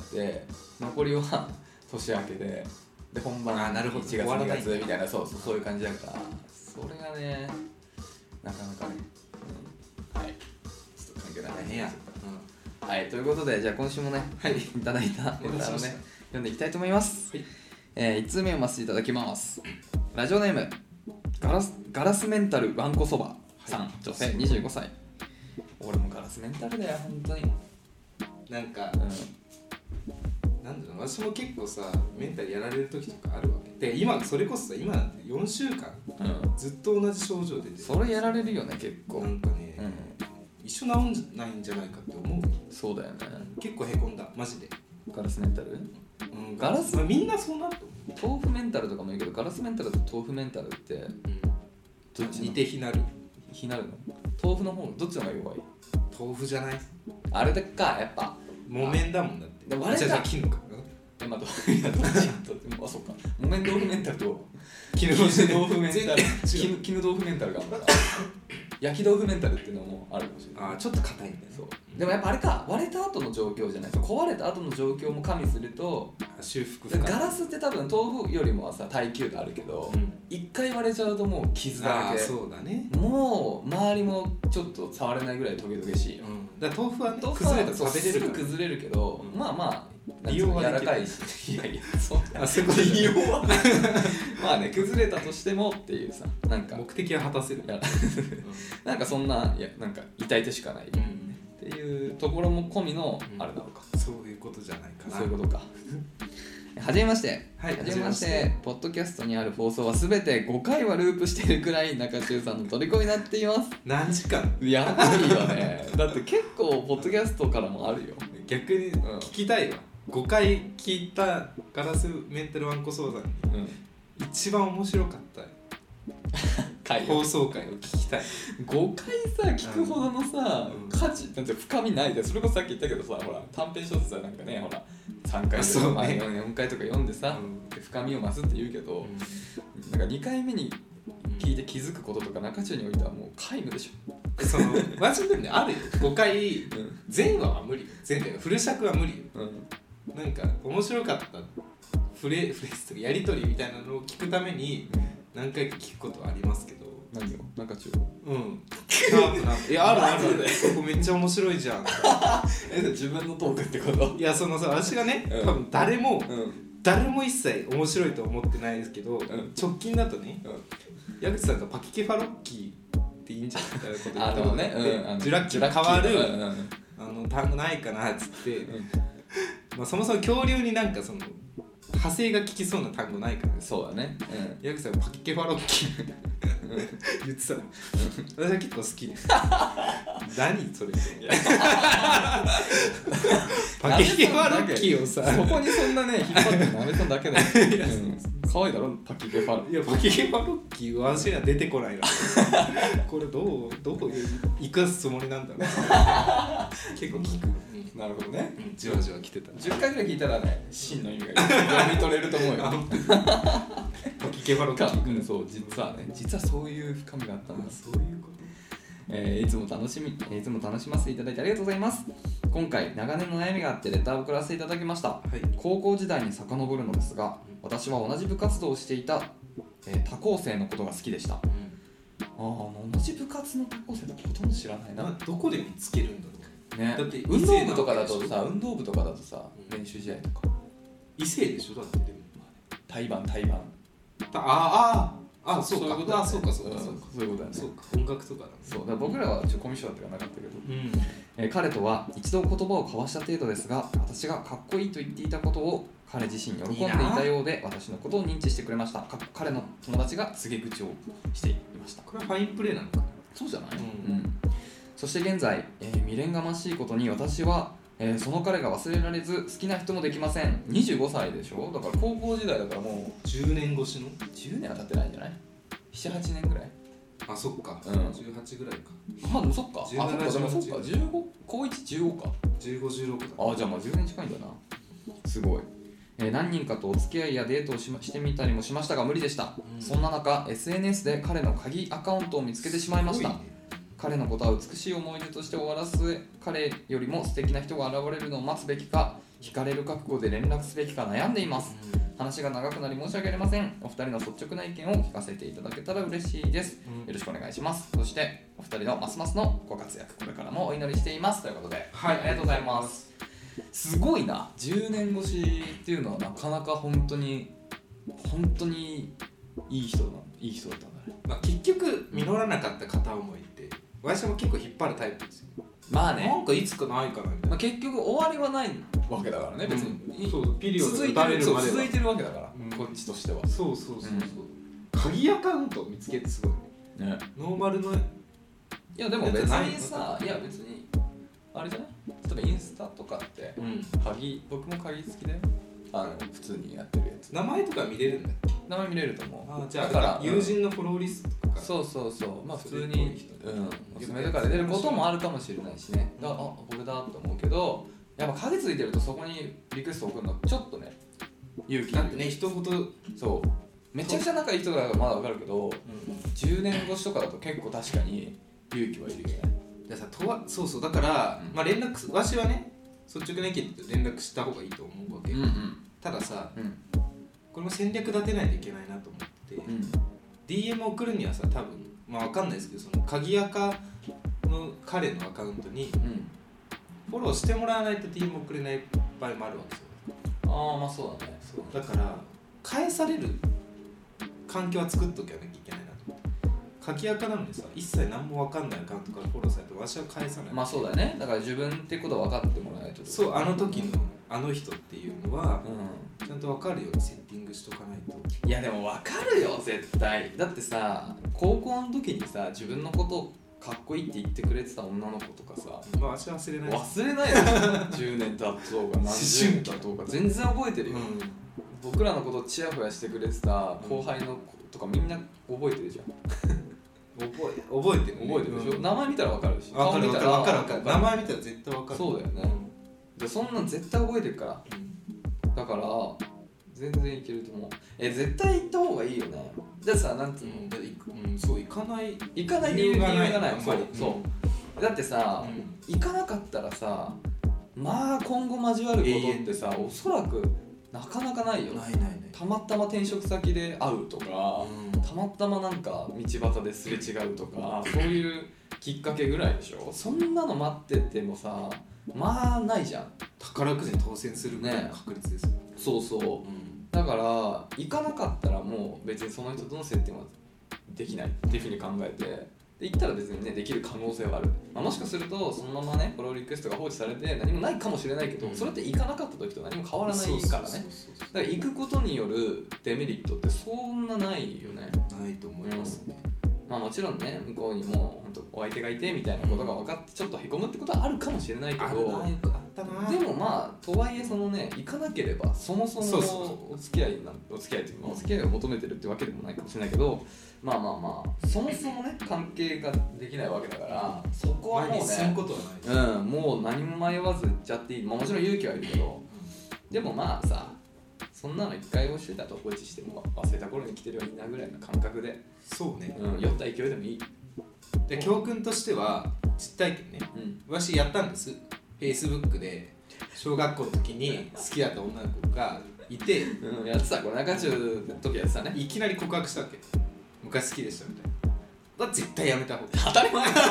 残りは年明けで本番1月2月みたいな、そういう感じだから、それがねなかなかね、はいちょっと関係ないね。はい、ということでじゃあ今週もね、いただいたレターをね読んでいきたいと思います。1通目読ませていただきます。ラジオネームガラスメンタルわんこそばさん、女性25歳。俺もガラスメンタルだよ本当に。 なんか、なんだろう、私も結構さメンタルやられる時とかあるわけで、今それこそさ今なんて4週間、ずっと同じ症状出てる。 それやられるよね結構。 なんかね、一緒治んないんじゃないかって思う。 そうだよね。 結構へこんだマジで。 ガラスメンタル？ ガラス、みんなそうなると思豆腐メンタルとかもいいけど、ガラスメンタルと豆腐メンタルってどっち似て非なるの？豆腐の方どっちの方が弱い？ 豆腐じゃない？ あれだっか、やっぱ木綿だもんだって。 でも割れた金のかまあ、どっちやあ、そうか。木綿豆腐メンタルと絹豆腐メンタル絹豆腐メンタルがあるから焼き豆腐メンタルっていうのもあるかもしれない。 あ、ちょっと硬いんだよ。 そう。でもやっぱあれか、割れた後の状況じゃないと、壊れた後の状況も加味すると修復ガラスって多分豆腐よりもはさ耐久度あるけど、一回割れちゃうともう傷だらけ。 そうだね。 もう周りもちょっと触れないぐらいトゲトゲしいよ。 だから豆腐は崩れたら食べれるから。 すぐ崩れるけど、まあまあ利用は柔らかいし、いやいや、そんな利用はまあね、崩れたとしてもっていうさ、なんか目的は果たせる。 なんかそんな、いや、なんか痛い手しかない、っていうところも込みのあれなのか。 そういうことじゃないかな。 そういうことか。はじめまして。 はい、 はじめまして。ポッドキャストにある放送はすべて5回はループしているくらい中中さんの虜になっています。 何時間？ やばいよね。だって結構ポッドキャストからもあるよ。 逆に聞きたいわ。5回聞いたガラスメンタルワンコ相談に、一番面白かった放送回を聞きたい。 5回さ聞くほどのさ、価値なんて深みないで、それこそさっき言ったけどさ、ほら短編小説はなんかね、ほら3回とか4回とか読んでさ、深みを増すって言うけど、なんか2回目に聞いて気づくこととか中中においてはもう皆無でしょ。 そのマジでね、あるよ。5回全話は無理。全体フル尺は無理よ。なんか面白かったフレーズとかやり取りみたいなのを聞くために何回か聞くことはありますけど。 何よ？中中。 いや、あるここめっちゃ面白いじゃん。 自分のトークってこと？ いや、そのさ、私がね、多分誰も一切面白いと思ってないですけど、直近だとね、矢口さんがパキケファロッキーっていいんじゃないみたいなこと言って、ジュラッキー変わる単語ないかなっつって、まあそもそも恐竜になんかその派生が効きそうな単語ないから、ね、 そうだね。 矢口さんがパキケファロッキー言ってたの。私は結構好きです。何それパキケファロッキーをさ、 そこにそんなね引っ張って舐めただけだよ。可愛いだろパキケファロッキー。 いや、パキケファロッキーは私には出てこないな。これどう生かすつもりなんだろう。結構聞く。 なるほどね。 じわじわ来てた。 10回ぐらい聞いたらね、真の意味が読み取れると思うよ。 パキケファロッキー。 そう、実はそういう深みがあったんだ。 そういうこと。 いつも楽しませていただいてありがとうございます。今回長年の悩みがあってレターを送らせていただきました。高校時代に遡るのですが、私は同じ部活動をしていた、他校生のことが好きでした。同じ部活の他校生だとほとんど知らないな。 どこで見つけるんだろうね、だって運動部とかだとさ、練習試合とか異性でしょ。だってでも対バンそうか、そういうことだね。 そういうことだね。 そうか、音楽とかだね。 そうだから僕らはコミュ障だったからなかったけど、彼とは一度言葉を交わした程度ですが、私がかっこいいと言っていたことを彼自身喜んでいたようで、私のことを認知してくれました。彼の友達が告げ口をしていました。 これはファインプレーなのかな。 そうじゃない？そして現在、未練がましいことに私は、その彼が忘れられず好きな人もできません。25歳でしょ。だから高校時代だからもう 10年越しの 10年は経ってないんじゃない？ 7,8 年ぐらい。 あ、そっか、18ぐらいか。 まあでもそっか、 17、 あ、そっか15、高1、15か。 15、16だ。 あ、じゃあまあ10年近いんだな。すごい。何人かとお付き合いやデートをしてみたりもしましたが無理でした。そんな中 SNS で彼の鍵アカウントを見つけてしまいました。彼のことは美しい思い出として終わらす。彼よりも素敵な人が現れるのを待つべきか、惹かれる覚悟で連絡すべきか悩んでいます。話が長くなり申し訳ありません。お二人の率直な意見を聞かせていただけたら嬉しいです。よろしくお願いします。そしてお二人のますますのご活躍、これからもお祈りしていますということで、はい、ありがとうございます。すごいな、10年越しっていうのはなかなか本当にいい人だったんだね。 まあ、結局実らなかった片思いって私も結構引っ張るタイプですよ。 まあね、 なんかいつかないかなみたいな、 まあ、結局終わりはないわけだからね、別に、 そうピリオド続いてるわけだから、こっちとしては。 そう、鍵アカウントを見つけてすごいね。ノーマルの、いやでも別にさ、いや別にあれじゃない、例えばインスタとかって、僕も鍵好きだよ。 普通にやってるやつ。 名前とか見れるんだっけ？ 名前見れると思う。 じゃあだから友人のフォローリストとか、 そうまあ普通におすすめとかで出ることもあるかもしれないしね。だからこれだと思うけど、やっぱ影ついてるとそこにリクエスト送るのちょっとね勇気だってね、一言そうめちゃくちゃ仲いい人だからまだ分かるけど、10年越しとかだと結構確かに勇気はいるよね。 でさそうだから、まあ連絡わしはね率直な意見で連絡した方がいいと思うわけ、たださ、これも戦略立てないといけないなと思って、DM 送るにはさ多分まあ分かんないですけど、その鍵アカの彼のアカウントにフォローしてもらわないと DM 送れない場合もあるわけですよ。 まあそうだね。 だから返される環境は作っときゃなきゃいけないなと思って、鍵アカなのにさ一切何も分かんないアカウントからフォローされてわしは返さない。 まあそうだよね。だから自分ってことは分かってもらわないと。 そう、あの時のあの人っていうのは、ちゃんと分かるようにセッティングしとかないと。 いやでも分かるよ絶対。だってさ高校の時にさ自分のことかっこいいって言ってくれてた女の子とかさ、 まあ私は忘れない。 忘れないよ10年経とうが何十年経とうが全然覚えてるよ、僕らのことチヤホヤしてくれてた後輩の子とかみんな覚えてるじゃん覚えてるでしょ、名前見たら分かるし、 分かる名前見たら絶対分かる。 そうだよね、でそんなん絶対覚えてるから、だから全然いけると思う。絶対行った方がいいよね。だってさ、なんつうの、 そう行かない理由がないやっぱり。そうだってさ、行かなかったらさ、まあ今後交わることってさ、おそらくなかなかないよ。 ないたまたま転職先で会うとか、たまたまなんか道端ですれ違うとか、そういうきっかけぐらいでしょ。そんなの待っててもさ、まあないじゃん。 宝くじに当選するぐらいの確率ですよね。 そうだから行かなかったらもう別にその人との接点はできないっていうふうに考えて、で行ったら別にねできる可能性はある、もしかするとそのままねフォローリクエストが放置されて何もないかもしれないけど、それって行かなかった時と何も変わらないからね。だから行くことによるデメリットってそんなないよね。 ないと思いますね。 もちろんね向こうにも本当お相手がいてみたいなことが分かってちょっとへこむってことはあるかもしれないけど、でもとはいえそのね行かなければそもそもお付き合いというかお付き合いを求めてるってわけでもないかもしれないけど、そもそもね関係ができないわけだから、そこはもうねもう何も迷わず行っちゃっていい。もちろん勇気はいるけど、でもさそんなの一回教えたと放置しても忘れた頃に来てるよいいなぐらいの感覚で、 そうね、 酔った勢いでもいい。 で教訓としては実体験ね、私やったんです。 Facebook で小学校の時に好きだった女の子がいて、 やってた。これ中中の時やってたね。 いきなり告白したわけ。昔好きでしたみたいな。絶対やめた方がいい。 当たり前だ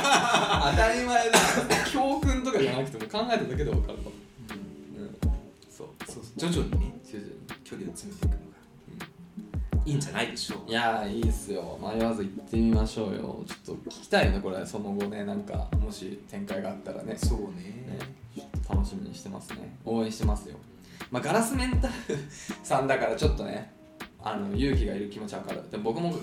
教訓とかじゃなくても考えただけで分かるわ。そう徐々にね距離を詰めていくのが、いいんじゃないでしょう。 いやいいっすよ。迷わず行ってみましょうよ。ちょっと聞きたいねこれ。その後ねなんかもし展開があったらね。 そうね、 ちょっと楽しみにしてますね。応援してますよ。ガラスメンタルさんだからちょっとね勇気がいる気持ちは分かる。でも僕も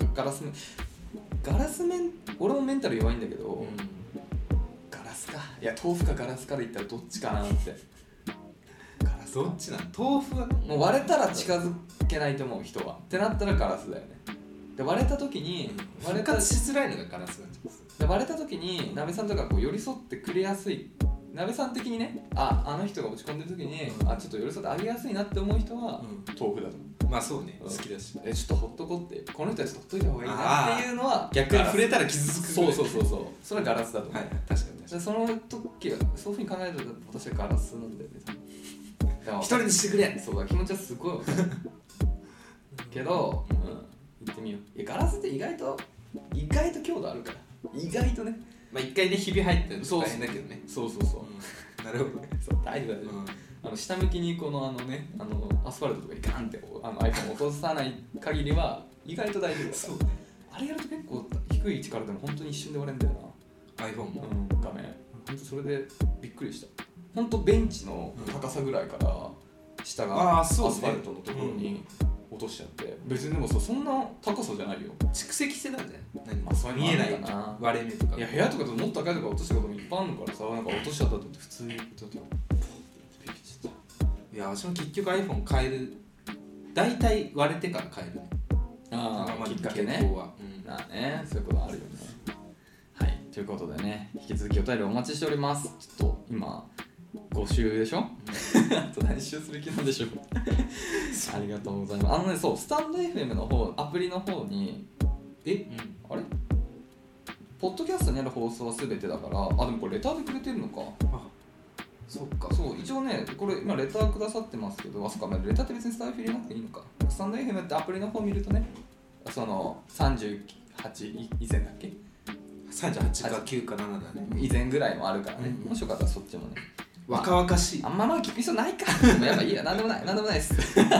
俺もメンタル弱いんだけど、ガラスか、いや豆腐かガラスから言ったらどっちかなって。 どっちなの？豆腐はもう割れたら近づけないと思う人はってなったらガラスだよね。で割れた時に復活しづらいのがガラスなんです。 で割れた時に鍋さんとかこう寄り添ってくれやすい、鍋さん的にね、あの人が落ち込んでる時に、ちょっと寄り添ってあげやすいなって思う人は、豆腐だと思う。 そうね、好きだし、 ちょっとほっとこって、この人はちょっとほっといた方がいいなっていうのは逆に触れたら傷つく。 そうそれはガラスだと思う。 確かに。 その時はそういうふうに考えると私はガラスなんだよね。 一人にしてくれ。 そうだ、気持ちはすごい分かるけど、行ってみよう。ガラスって意外と強度あるから、意外とね、 一回ねひび入ってると大変だけどね。 そうなるほどね。 大丈夫。下向きにこのアスファルトとかにガンってiPhone 落とさない限りは意外と大丈夫だから。そうね。あれやると結構低い位置からでも本当に一瞬で割れるんだよな。 iPhone も画面。本当それでびっくりした。本当ベンチの高さぐらいから下がアスファルトのところに落としちゃって、別にでもそんな高さじゃないよ。 蓄積してたんじゃない？ 見えないかな、 割れ目とか。 いや部屋とかでもっと高いとこ落としたこともいっぱいあるのからさ、なんか落としちゃったって普通に言ってた。 いや私も結局 iPhone 変える大体割れてから変える。 ああきっかけね。まあねそういうことあるよね。はいということでね引き続きお便りお待ちしております。ちょっと今5週でしょ、あと何週する気なんでしょうありがとうございます。そうスタンド FM の方アプリの方にあれポッドキャストにある放送は全てだから、でもこれレターでくれてるのか。そっか。そう一応ねこれ今レターくださってますけど、そっかレターって別にスタイフ入れなくていいのか。スタンド FM ってアプリの方見るとね、その38以前だっけ、 38か9か7だね、 以前ぐらいもあるからね、もしよかったらそっちもね。 若々しい。 あんま聞く必要ないかやっぱいいや、なんでもないです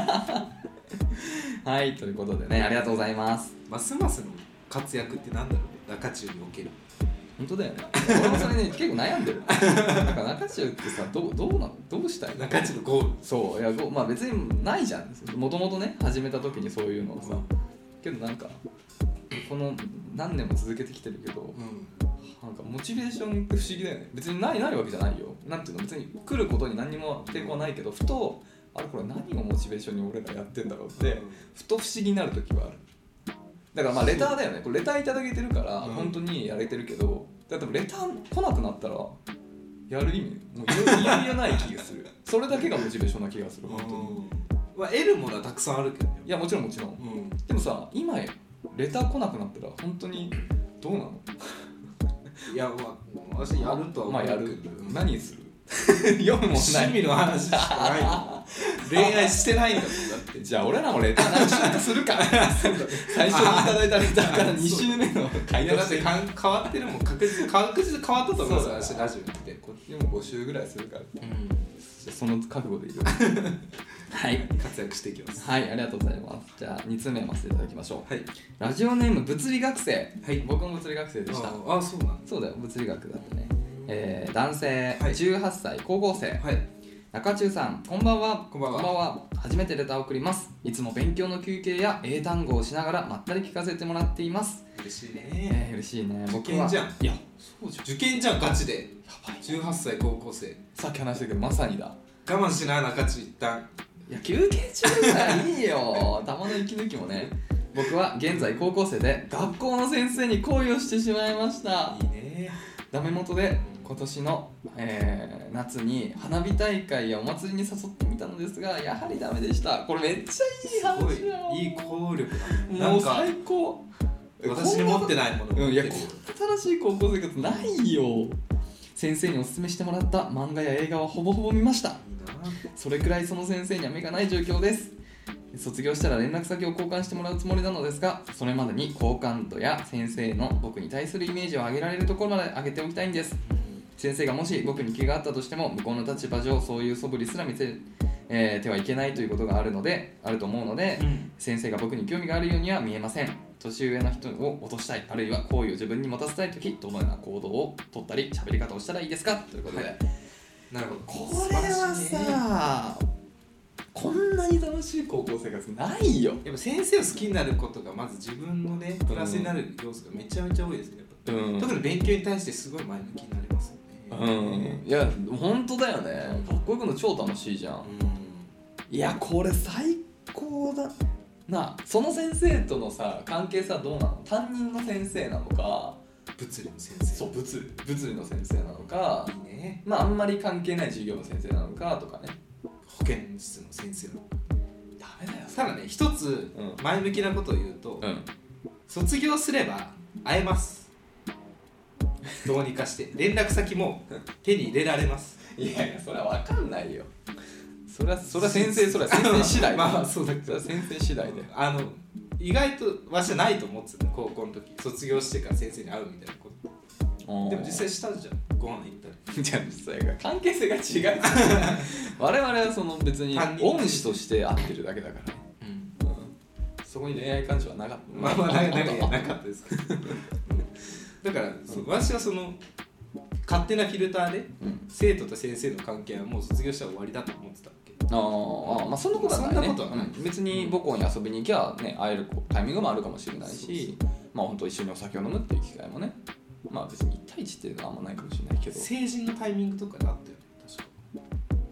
はいということでね、ありがとうございます。 ますますの活躍ってなんだろうね、中中における。 本当だよね。俺もそれね結構悩んでる。なんか中中ってさどうしたいの？ 中中のゴール。 そういやまあ別にないじゃん。もともとね始めた時にそういうのをさ、けどなんかこの何年も続けてきてるけど、なんかモチベーションって不思議だよね。別にないわけじゃないよ。なんていうの、別に来ることに何にも抵抗はないけど、ふとこれ何をモチベーションに俺らやってんだろうってふと不思議になる時はある。だからまあレターだよね。これレターいただけてるから本当にやれてるけど、だってレター来なくなったらやる意味もう意味がない気がする。それだけがモチベーションな気がする本当に。 得るものはたくさんあるけどね。 いやもちろん、でもさ今レター来なくなったら本当にどうなの？ いや私やるとは思うけど、 やる。何する？読むもんない。 趣味の話しかないよ。恋愛してないんだもんだって。 じゃあ俺らもレター何週かするか最初にいただいたレターから2週目の回答して。 だって変わってるもん、確実に変わったと思うんですよ、ラジオって。 こっちも5週ぐらいするから、その覚悟でいるはい活躍していきます。 はい、ありがとうございます。じゃあ2通目読ませていただきましょう。 はい、 ラジオネーム物理学生。 はい、 僕も物理学生でした。 そうなんそうだよ、物理学だったね。男性、 はい、 18歳高校生。 はい、 中中さん、こんばんは。 こんばんは。 初めてレターを送ります。いつも勉強の休憩や英単語をしながらまったり聞かせてもらっています。 嬉しいね。 嬉しいね。 僕は受験じゃん。 いや、そうじゃん。 受験じゃん、ガチで。 やばい。 18歳高校生。 さっき話したけどまさにだ。 我慢しない中中一旦。 いや休憩中だからいいよ。たまの息抜きもね。僕は現在高校生で学校の先生に恋をしてしまいました。 いいね。 ダメ元で今年の、夏に花火大会やお祭りに誘ってみたのですがやはりダメでした。これめっちゃいい話だよ。 いい効力だ。もう最高。 私に持ってないもの。 いやこんな楽しい高校生活ないよ。先生におすすめしてもらった漫画や映画はほぼほぼ見ました。それくらいその先生には目がない状況です。卒業したら連絡先を交換してもらうつもりなのですが、それまでに好感度や先生の僕に対するイメージを上げられるところまで上げておきたいんです。先生がもし僕に気があったとしても向こうの立場上そういう素振りすら見せてはいけないということがあると思うので、先生が僕に興味があるようには見えません。年上の人を落としたい、あるいは好意を自分に持たせたいとき、どのような行動を取ったり喋り方をしたらいいですかということで、 なるほど。 これはさ、こんなに楽しい高校生活ないよ。 やっぱ先生を好きになることがまず自分のねプラスになる要素がめちゃめちゃ多いですね。やっぱ特に勉強に対してすごい前向きになりますよね。 いや本当だよね。かっこよくの超楽しいじゃん。いやこれ最高だな。その先生とのさ関係さどうなの？担任の先生なのか、 物理の先生。 そう物理の先生なのか、 いいね。 あんまり関係ない授業の先生なのかとかね。 保健室の先生のダメだよ。 ただね一つ前向きなことを言うと、卒業すれば会えます。どうにかして連絡先も手に入れられます。 いやいやそれは分かんないよ。それは先生次第まあそうだけど先生次第で意外とわしはないと思ってた高校の時卒業してから先生に会うみたいなこと。でも実際したじゃん、ご飯行ったら。 じゃあ実際が関係性が違う我々はその別に恩師として会ってるだけだからね、そこに恋愛感情はなかった。 まあなかったですけどだから私はその勝手なフィルターで、生徒と先生の関係はもう卒業したら終わりだと思ってたわけ。 まあそんなことはないね。 そんなことはない、 別に母校に遊びに行きゃね会えるタイミングもあるかもしれないし、まあ本当一緒にお酒を飲むっていう機会もね、まあ別に1対1っていうのはあんまないかもしれないけど、 成人のタイミングとかであったよね確か。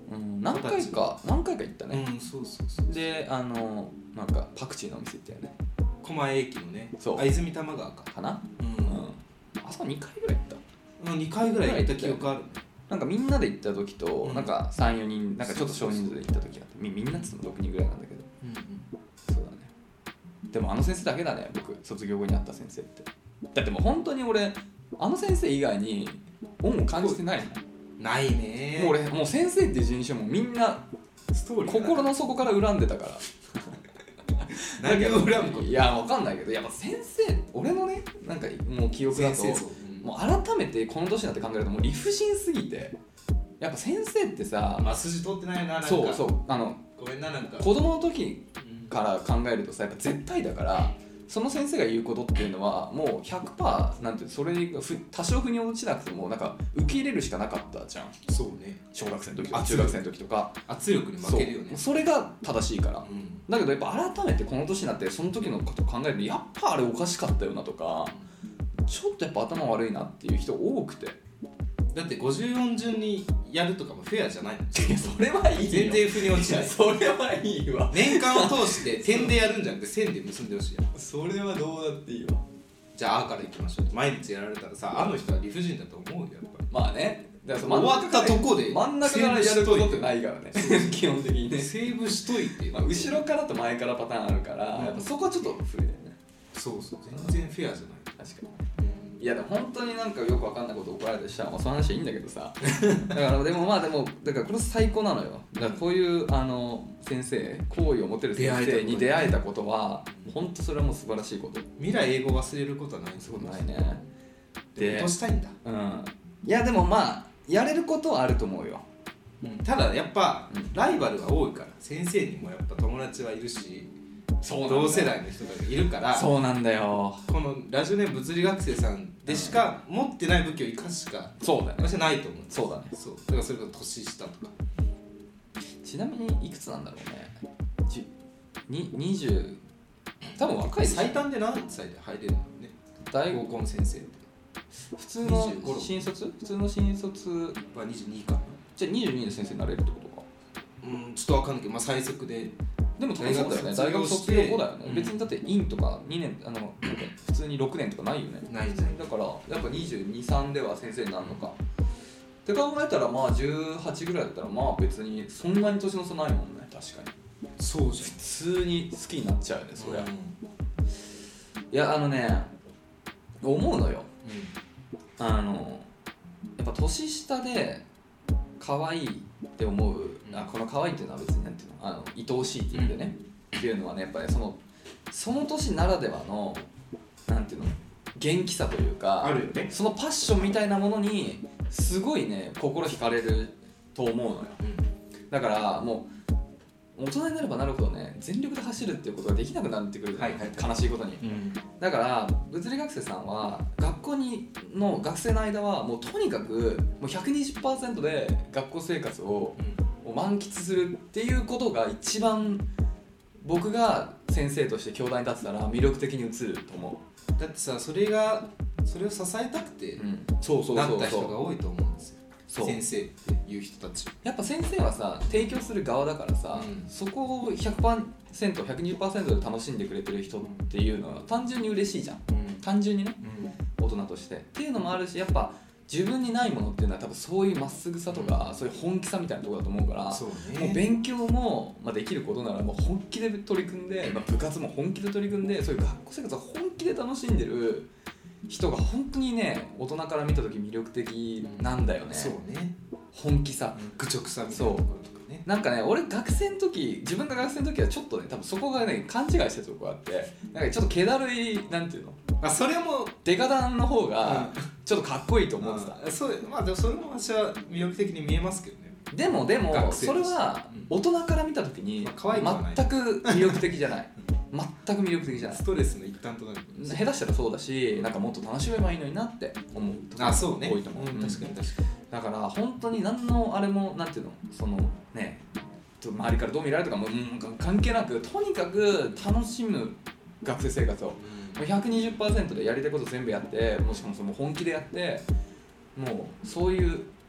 何回か行ったね。 そうでなんかパクチーのお店行ったよね。 狛江駅のね、 そう泉多摩川かな。あそこ2回ぐらい行った。 2回ぐらい行った記憶ある。 なんかみんなで行った時と、なんか 3,4 人なんかちょっと少人数で行った時があって、みんなっつっても6人ぐらいなんだけど、そうだね。でもあの先生だけだね、僕卒業後に会った先生って。だってもう本当に俺あの先生以外に恩を感じてないもん。 ないね。 もう俺もう先生っていう人種もみんなストーリー心の底から恨んでたから何を恨むこと？ いや分かんないけど、やっぱ先生、俺のねなんかもう記憶だともう改めてこの年になって考えるともう理不尽すぎて、やっぱ先生ってさ、 筋通ってないな。なんかそうごめんな、なんか子供の時から考えるとさ、やっぱ絶対だから、その先生が言うことっていうのはもう 100% なんてそれが多少腑に落ちなくてもなんか受け入れるしかなかったじゃん。 そうね。 小学生の時とか中学生の時とか圧力に負けるよね。 それが正しいから、だけどやっぱ改めてこの年になってその時のことを考えると、やっぱあれおかしかったよなとか、ちょっとやっぱ頭悪いなっていう人多くて。 だって54順にやるとかもフェアじゃないの。 いやそれはいいよ、 全然腑に落ちない。 それはいいわ。 年間を通して点でやるんじゃなくて線で結んでほしいや。 それはどうだっていいわ。 じゃあ「あ」からいきましょう。毎日やられたらさ、あの人は理不尽だと思うよ、やっぱり。 まあね、だから終わったとこで真ん中からやることってないからね基本的にね。 セーブしといて、 後ろからと前からパターンあるから、やっぱそこはちょっと不利だよね。 そう全然フェアじゃない。 確かに。いやでも本当になんかよく分かんないこと怒られたりしたら、その話はいいんだけどさだからでもだからこれ最高なのよ。だからこういう先生、好意を持てる先生に出会えたことは本当それはもう素晴らしいこと。 未来英語忘れることはないんですよ。 ないね。 で落としたいんだ。 いやでもまあやれることはあると思うよ。 ただやっぱライバルが多いから、先生にもやっぱ友達はいるし、同世代の人がいるから。 そうなんだよ。 このラジオネーム物理学生さんでしか持ってない武器を生かすしかそうだね。 私はないと思う。 そうだね。 そうだからそれが年下とか。 ちなみにいくつなんだろうね。20、多分若い。 最短で何歳で入れるのね、高校の先生って。 普通の新卒は 22かな。 じゃあ22で先生になれるってことか。 ちょっと分かんないけど、最速で。 でも大学だよね。大学卒業後だよね。別にだって院とか2年普通に6年とかないよね。 ない。 だからやっぱ22、3では先生になるのか。って考えたらまあ18ぐらいだったらまあ別にそんなに年の差ないもんね。確かに。 そうじゃん。 普通に好きになっちゃうよね、そりゃ。いや思うのよ。やっぱ年下で可愛いって思う。この可愛いっていうのは別になんていうの、愛おしいっていう意味でね、っていうのはね、やっぱりその年ならではのなんていうの、元気さというか、 あるよね。 そのパッションみたいなものにすごいね心惹かれると思うのよ。だからもう大人になればなるほどね、全力で走るっていうことができなくなってくる、悲しいことに。だから物理学生さんは学校の学生の間はもうとにかくもう 120% で学校生活を満喫するっていうことが一番僕が先生として教壇に立ってたら魅力的に映ると思う。 だってさ、それを支えたくてなった人が多いと思うんですよ。先生っていう人たち。 やっぱ先生はさ、提供する側だからさ、そこを 100%、120% で楽しんでくれてる人っていうのは単純に嬉しいじゃん。単純にね、大人としてっていうのもあるし、やっぱ自分にないものっていうのは多分そういうまっすぐさとか、そういう本気さみたいなところだと思うから、もう勉強も、できることならもう本気で取り組んで、部活も本気で取り組んで、そういう学校生活を本気で楽しんでる人が本当にね、大人から見た時魅力的なんだよね。 そうね。 本気さ、 愚直さみたいなところとかね。 なんかね、俺自分が学生の時はちょっとね、多分そこがね勘違いしてるとこがあって、なんかちょっと気だるい、なんていうの、 それもデカダンの方がちょっとかっこいいと思ってた。 でもそれも私は魅力的に見えますけどね。 でもそれは大人から見た時に全く魅力的じゃない。全く魅力的じゃない。 ストレスの一端となる。 下手したらそうだし、なんかもっと楽しめばいいのになって思うところが多いと思う。 確かに。 だから本当に何のあれも、なんていうの、そのね、周りからどう見られるとかも関係なく、とにかく楽しむ学生生活を 120% でやりたいこと全部やって、もしかもその本気でやって、もうそういう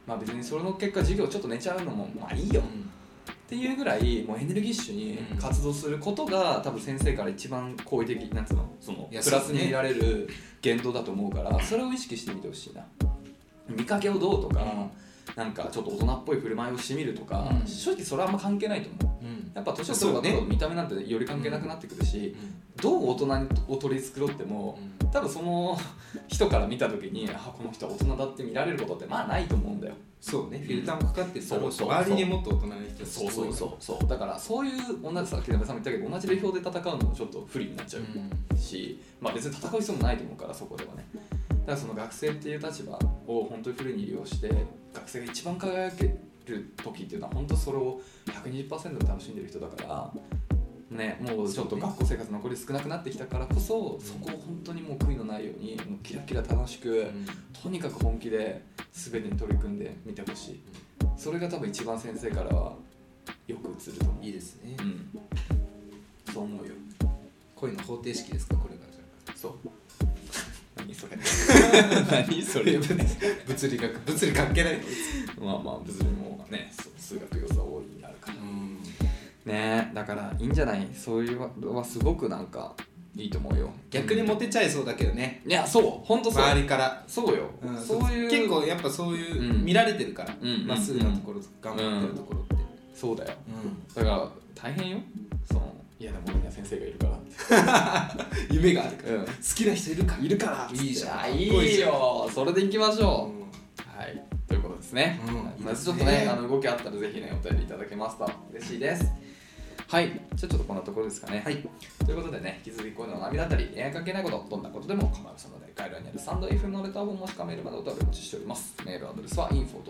まあ別にそれの結果授業ちょっと寝ちゃうのもまあいいよ、っていうぐらいもうエネルギッシュに活動することが多分先生から一番好意的なんつうのそのプラスに見られる言動だと思うから、それを意識してみてほしいな。見かけをどうとか、なんかちょっと大人っぽい振る舞いをしてみるとか、正直それはあんま関係ないと思う。やっぱ年を取れば見た目なんてより関係なくなってくるし、どう大人を取り繕っても多分その人から見た時にこの人は大人だって見られることってまあないと思うんだよ。 そうね、フィルターもかかってるから周りにもっと大人の人そうだからそういう同じさっき山さんも言ったけど同じ土俵で戦うのもちょっと不利になっちゃうし、まあ別に戦う必要もないと思うからそこではね。だからその学生っていう立場を本当にフルに利用して学生が一番輝ける時っていうのは本当それを 120% で楽しんでる人だからね、もうちょっと学校生活残り少なくなってきたからこそ、そこを本当にもう悔いのないようにもうキラキラ楽しく、とにかく本気で全てに取り組んでみてほしい。それが多分一番先生からはよく映ると思う。 いいですね、 そう思うよ。 恋の方程式ですかこれが。 そう何それ何それ物理関係ないまあまあ物理もね数学要素は多いあるからね。だからいいんじゃない。そういうのはすごくなんかいいと思うよ。 逆にモテちゃいそうだけどね。 いやそう本当そう周りからそうよ、そういう結構やっぱそういう見られてるからまっすぐなところ頑張ってるところってそうだよ、だから大変よ。そのいやでも俺には先生がいるからって夢があるから、好きな人いるからいいじゃん。いいよそれでいきましょう、はいということですね。まずちょっとね動きあったらぜひねお便りいただけますと嬉しいです。はい、じゃあちょっとこんなところですかね。はい、ということでね、引き続きこういうの波だったり恋愛関係ないこと、どんなことでも構いませんので、概要欄にあるサンド FM のレターフォームもしくはメールまでお便りお待ちしております。メールアドレスは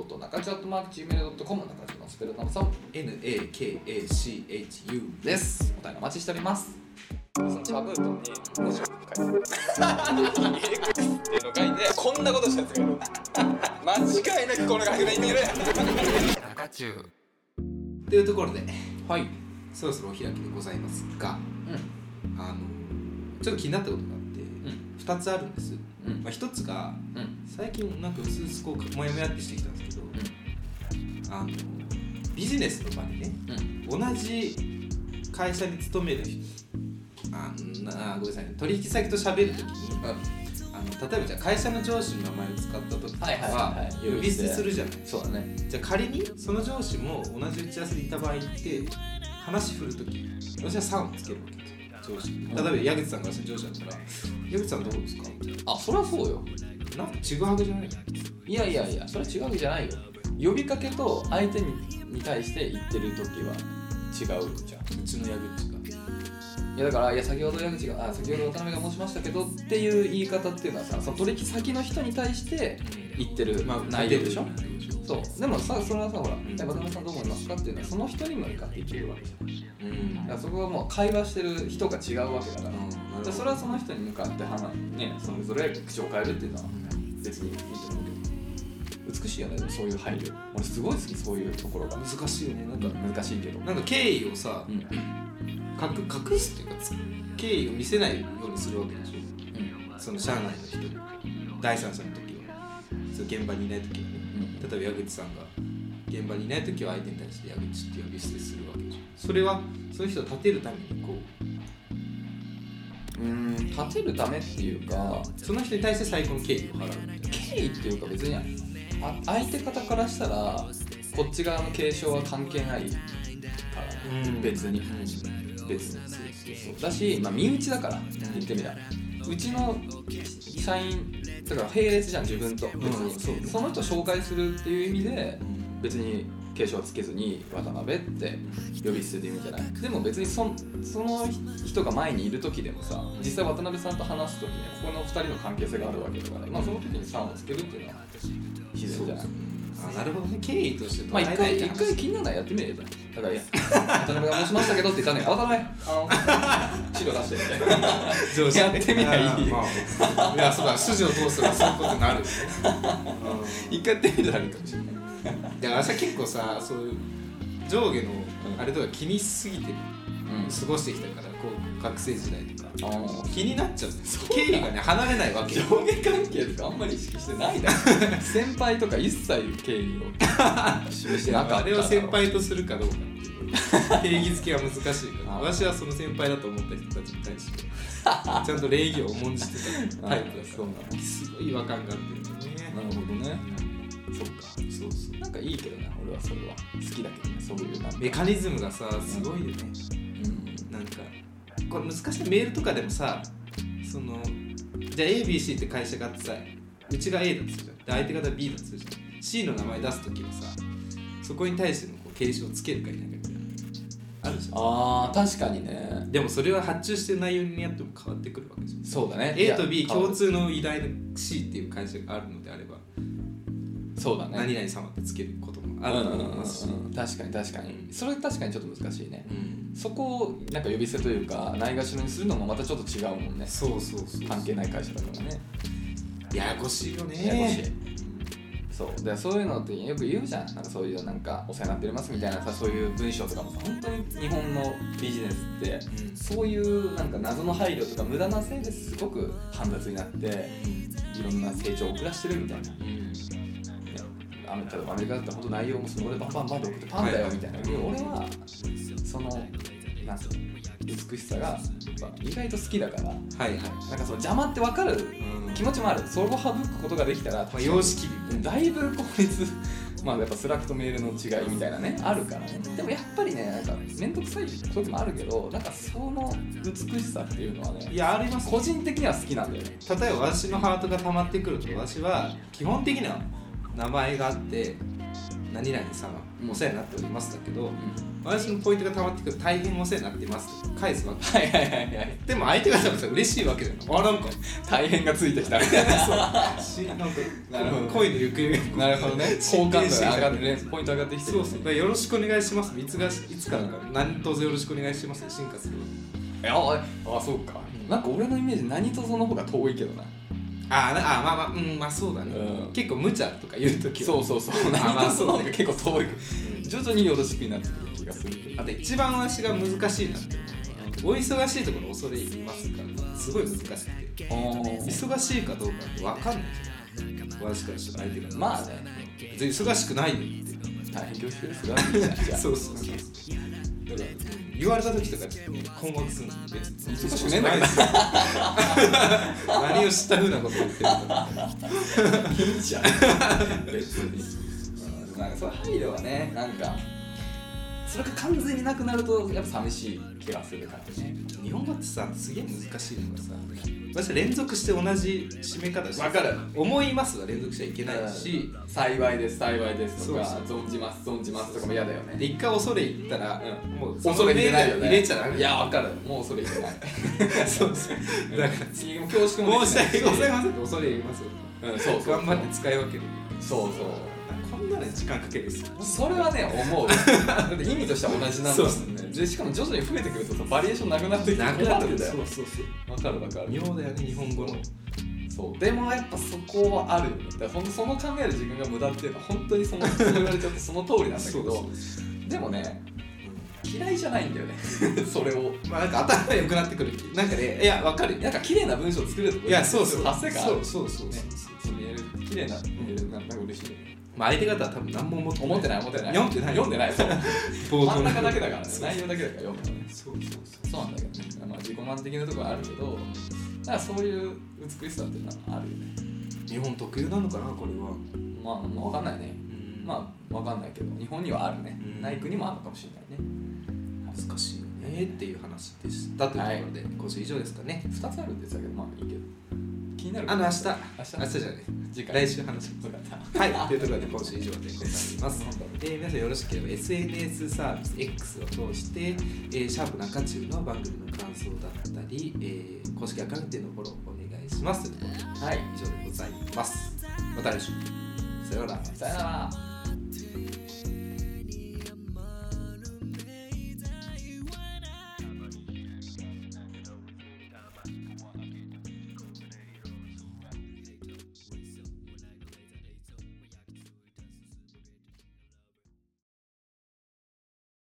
info.nakachu@gmail.com 中地のスペルナムさん NAKACHU です。お便りお待ちしております。そのチャブートに文字を書いてっていうのを書いてこんなことしたやつがいる間違いなくこれがいてる中中というところで、 はい、 そろそろお開きでございますが、ちょっと気になったことがあって、2つあるんです。1つが、最近なんかうすうすこうもやもやってしてきたんですけど、ビジネスの場にね、同じ会社に勤める人、ごめんなさいね、取引先と喋るときに、例えばじゃあ会社の上司の名前を使ったときは呼び捨てするじゃない。 そうだね。 じゃあ仮にその上司も同じ打ち合わせにいた場合って話振るとき私は3をつけるわけですよ、上司。例えば矢口さんが私の上司だったら矢口さんどうですかみたいな。 それはそうよ。 なんかちぐはぐじゃないの。 いやそれは違うわけじゃないよ。呼びかけと相手に対して言ってるときは違うじゃん。 うちの矢口がいやだから先ほど矢口が先ほど渡辺が申しましたけどっていう言い方っていうのはさ、その取引先の人に対して言ってる内容でしょ。そうでもさ、それはさほら、渡辺さんどう思いますかっていうのはその人に向かって言ってるわけじゃん。だからそこはもう会話してる人が違うわけだから、それはその人に向かってそれぞれ口を変えるっていうのは別にいいと思うけど、美しいよねそういう配慮。俺すごい好きそういうところが。 難しいよね。なんか難しいけどなんか敬意をさ、隠すっていうか敬意を見せないようにするわけでしょ、その社内の人に第三者の時はそう現場にいない時はね、例えば矢口さんが現場にいない時は相手に対して矢口って呼び捨てするわけでしょ。それはその人を立てるためにこう立てるためっていうかその人に対して最高の敬意を払う。 敬意っていうか別に相手方からしたらこっち側の継承は関係ないから、別にそうだし、身内だから言ってみたら、うちの社員だから並列じゃん自分と、その人を紹介するっていう意味で別に継承はつけずに渡辺って呼び捨てで言うんじゃない。でも別にその人が前にいる時でもさ、実際渡辺さんと話す時にここの2人の関係性があるわけだから、その時に3をつけるっていうのは自然じゃない。 なるほどね。敬意として一回気にならないやってみれば。だから渡辺が申しましたけどって言ったね。渡辺資料出してみたいな。 上司やってみないい。 いやそうだ、筋を通すらそういうことになるよね。 一回やってみたらいいかもしれない。 いや私は結構さ、そういう上下のあれとか気にしすぎてる。 過ごしてきたからこう学生時代とか気になっちゃう。経緯がね離れないわけ。 上下関係とかあんまり意識してないだろ先輩とか一切経緯を示してなかった。 あれを先輩とするかどうかっていう定義づけは難しいから私はその先輩だと思った人たちに対してちゃんと礼儀を重んじてたタイプだ。そうなの。すごい違和感があってるんだよね。 なるほどね。そっか。そうなんかいいけどね、俺はそれは好きだけどね、そういうなんかメカニズムがさすごいよね。なんかこれ難しい。メールとかでもさ、そのじゃあ ABC って会社があってさ、うちが A だとするじゃん。で相手方 B だとするじゃん。C の名前出すときはさ、そこに対してのこう継承をつけるか否かみたいなあるじゃん。 あー確かにね。 でもそれは発注してる内容によっても変わってくるわけじゃん。 そうだね。 A と B 共通の依頼の C っていう会社があるのであれば、 そうだね、 何々様ってつけることもあると思いますし、 確かにそれ確かにちょっと難しいね、そこをなんか呼び捨てというかないがしろにするのもまたちょっと違うもんね。 そう関係ない会社だからね。 ややこしいよね。 ややこしい。そうでそういうのってよく言うじゃん。なんかそういうなんかお世話になってますみたいなさ、そういう文章とかもさ、本当に日本のビジネスって、そういうなんか謎の配慮とか無駄なせいですごく煩雑になって、いろんな成長を遅らしてるみたいな。例えばアメリカだったら本当内容もそのでバンバンで送ってパンだよみたいな、俺はそのなんすか美しさが意外と好きだから、なんかその邪魔って分かる気持ちもある。それを省くことができたら、 様式だいぶ効率やっぱスラックとメールの違いみたいなねあるからね。でもやっぱりね、なんか面倒くさい時もあるけど、なんかその美しさっていうのはね、 いやあります。 個人的には好きなんだよね。 例えば私のハートが溜まってくると、私は基本的な名前があって何々様お世話になっておりますだけど、私のポイントが溜まってくると大変お世話になってますって返すわけ。でも相手が多分さ嬉しいわけだよ。なんか大変がついてきたみたいな。そうなんか恋の行方なるほどね。好感度が上がってね、ポイント上がってきてる。 そうよろしくお願いします。いつから何卒よろしくお願いします進化する。 そうか。なんか俺のイメージ何卒の方が遠いけどな。 まあそうだね、結構無茶とか言うときはそう何卒の方が結構遠い、徐々によろしくになってくる気がする。 あと一番私が難しいなってお忙しいところ恐れ入りますからすごい難しくて、忙しいかどうかって分かんないじゃん私からしたら相手が。 まあね、 別に忙しくないよって大変恐縮ですがそうだから言われた時とかちょっとね困惑するの。別に忙しくねえんだけど何を知ったふうなこと言ってるのかいいじゃん別に。なんかそういう配慮はね、なんかそれが完全になくなるとやっぱ寂しい気がするからね。 日本語ってさすげえ難しいのがさ、私は連続して同じ締め方して、 分かる。 思いますは連続しちゃいけないし、 幸いですとか存じますとかも嫌だよね。 で一回恐れ入ったら、もう恐れ入れないよね。 入れちゃダメ。 いや分かる。もう恐れ入れないそうだから次も恐縮も申し訳ございませんって恐れ入れますよ。 そう頑張って使い分ける。 そうこんなね時間かけるんですよ。 それはね思う。だって意味としては同じなんだもんね。でしかも徐々に増えてくるとさバリエーションなくなってきて困るんだよ。分かる妙だよね日本語の。 そうでもやっぱそこはあるよね。だからその考える自分が無駄っていうのは本当にそう言われちゃってその通りなんだけどでもね嫌いじゃないんだよねそれをなんか頭が良くなってくる。なんかね、いや分かる。 なんか綺麗な文章を作るといやそう達成感ある。 そう綺麗なメールなんか嬉しい。 相手方は多分何も思ってない。 読んでない。そう真ん中だけだからね。内容だけだから読むのね。そうなんだけどね。自己満的なところはあるけど、だからそういう美しさっていうのはあるよね。 日本特有なのかなこれは。 まあ分かんないね。まあ分かんないけど日本にはあるね。ない国もあるのかもしれないね。 難しいよねっていう話でしたというところで今週以上ですかね。 2つあるんですけどまあいいけど。気になる。 明日じゃね。 来週話します。はい、というところで今週以上でございます。皆さんよろしければ SNS サービス X を通して、シャープ中中の番組の感想だったり、公式アカウントへのフォローお願いします。はい、以上でございます。また来週。さようなら。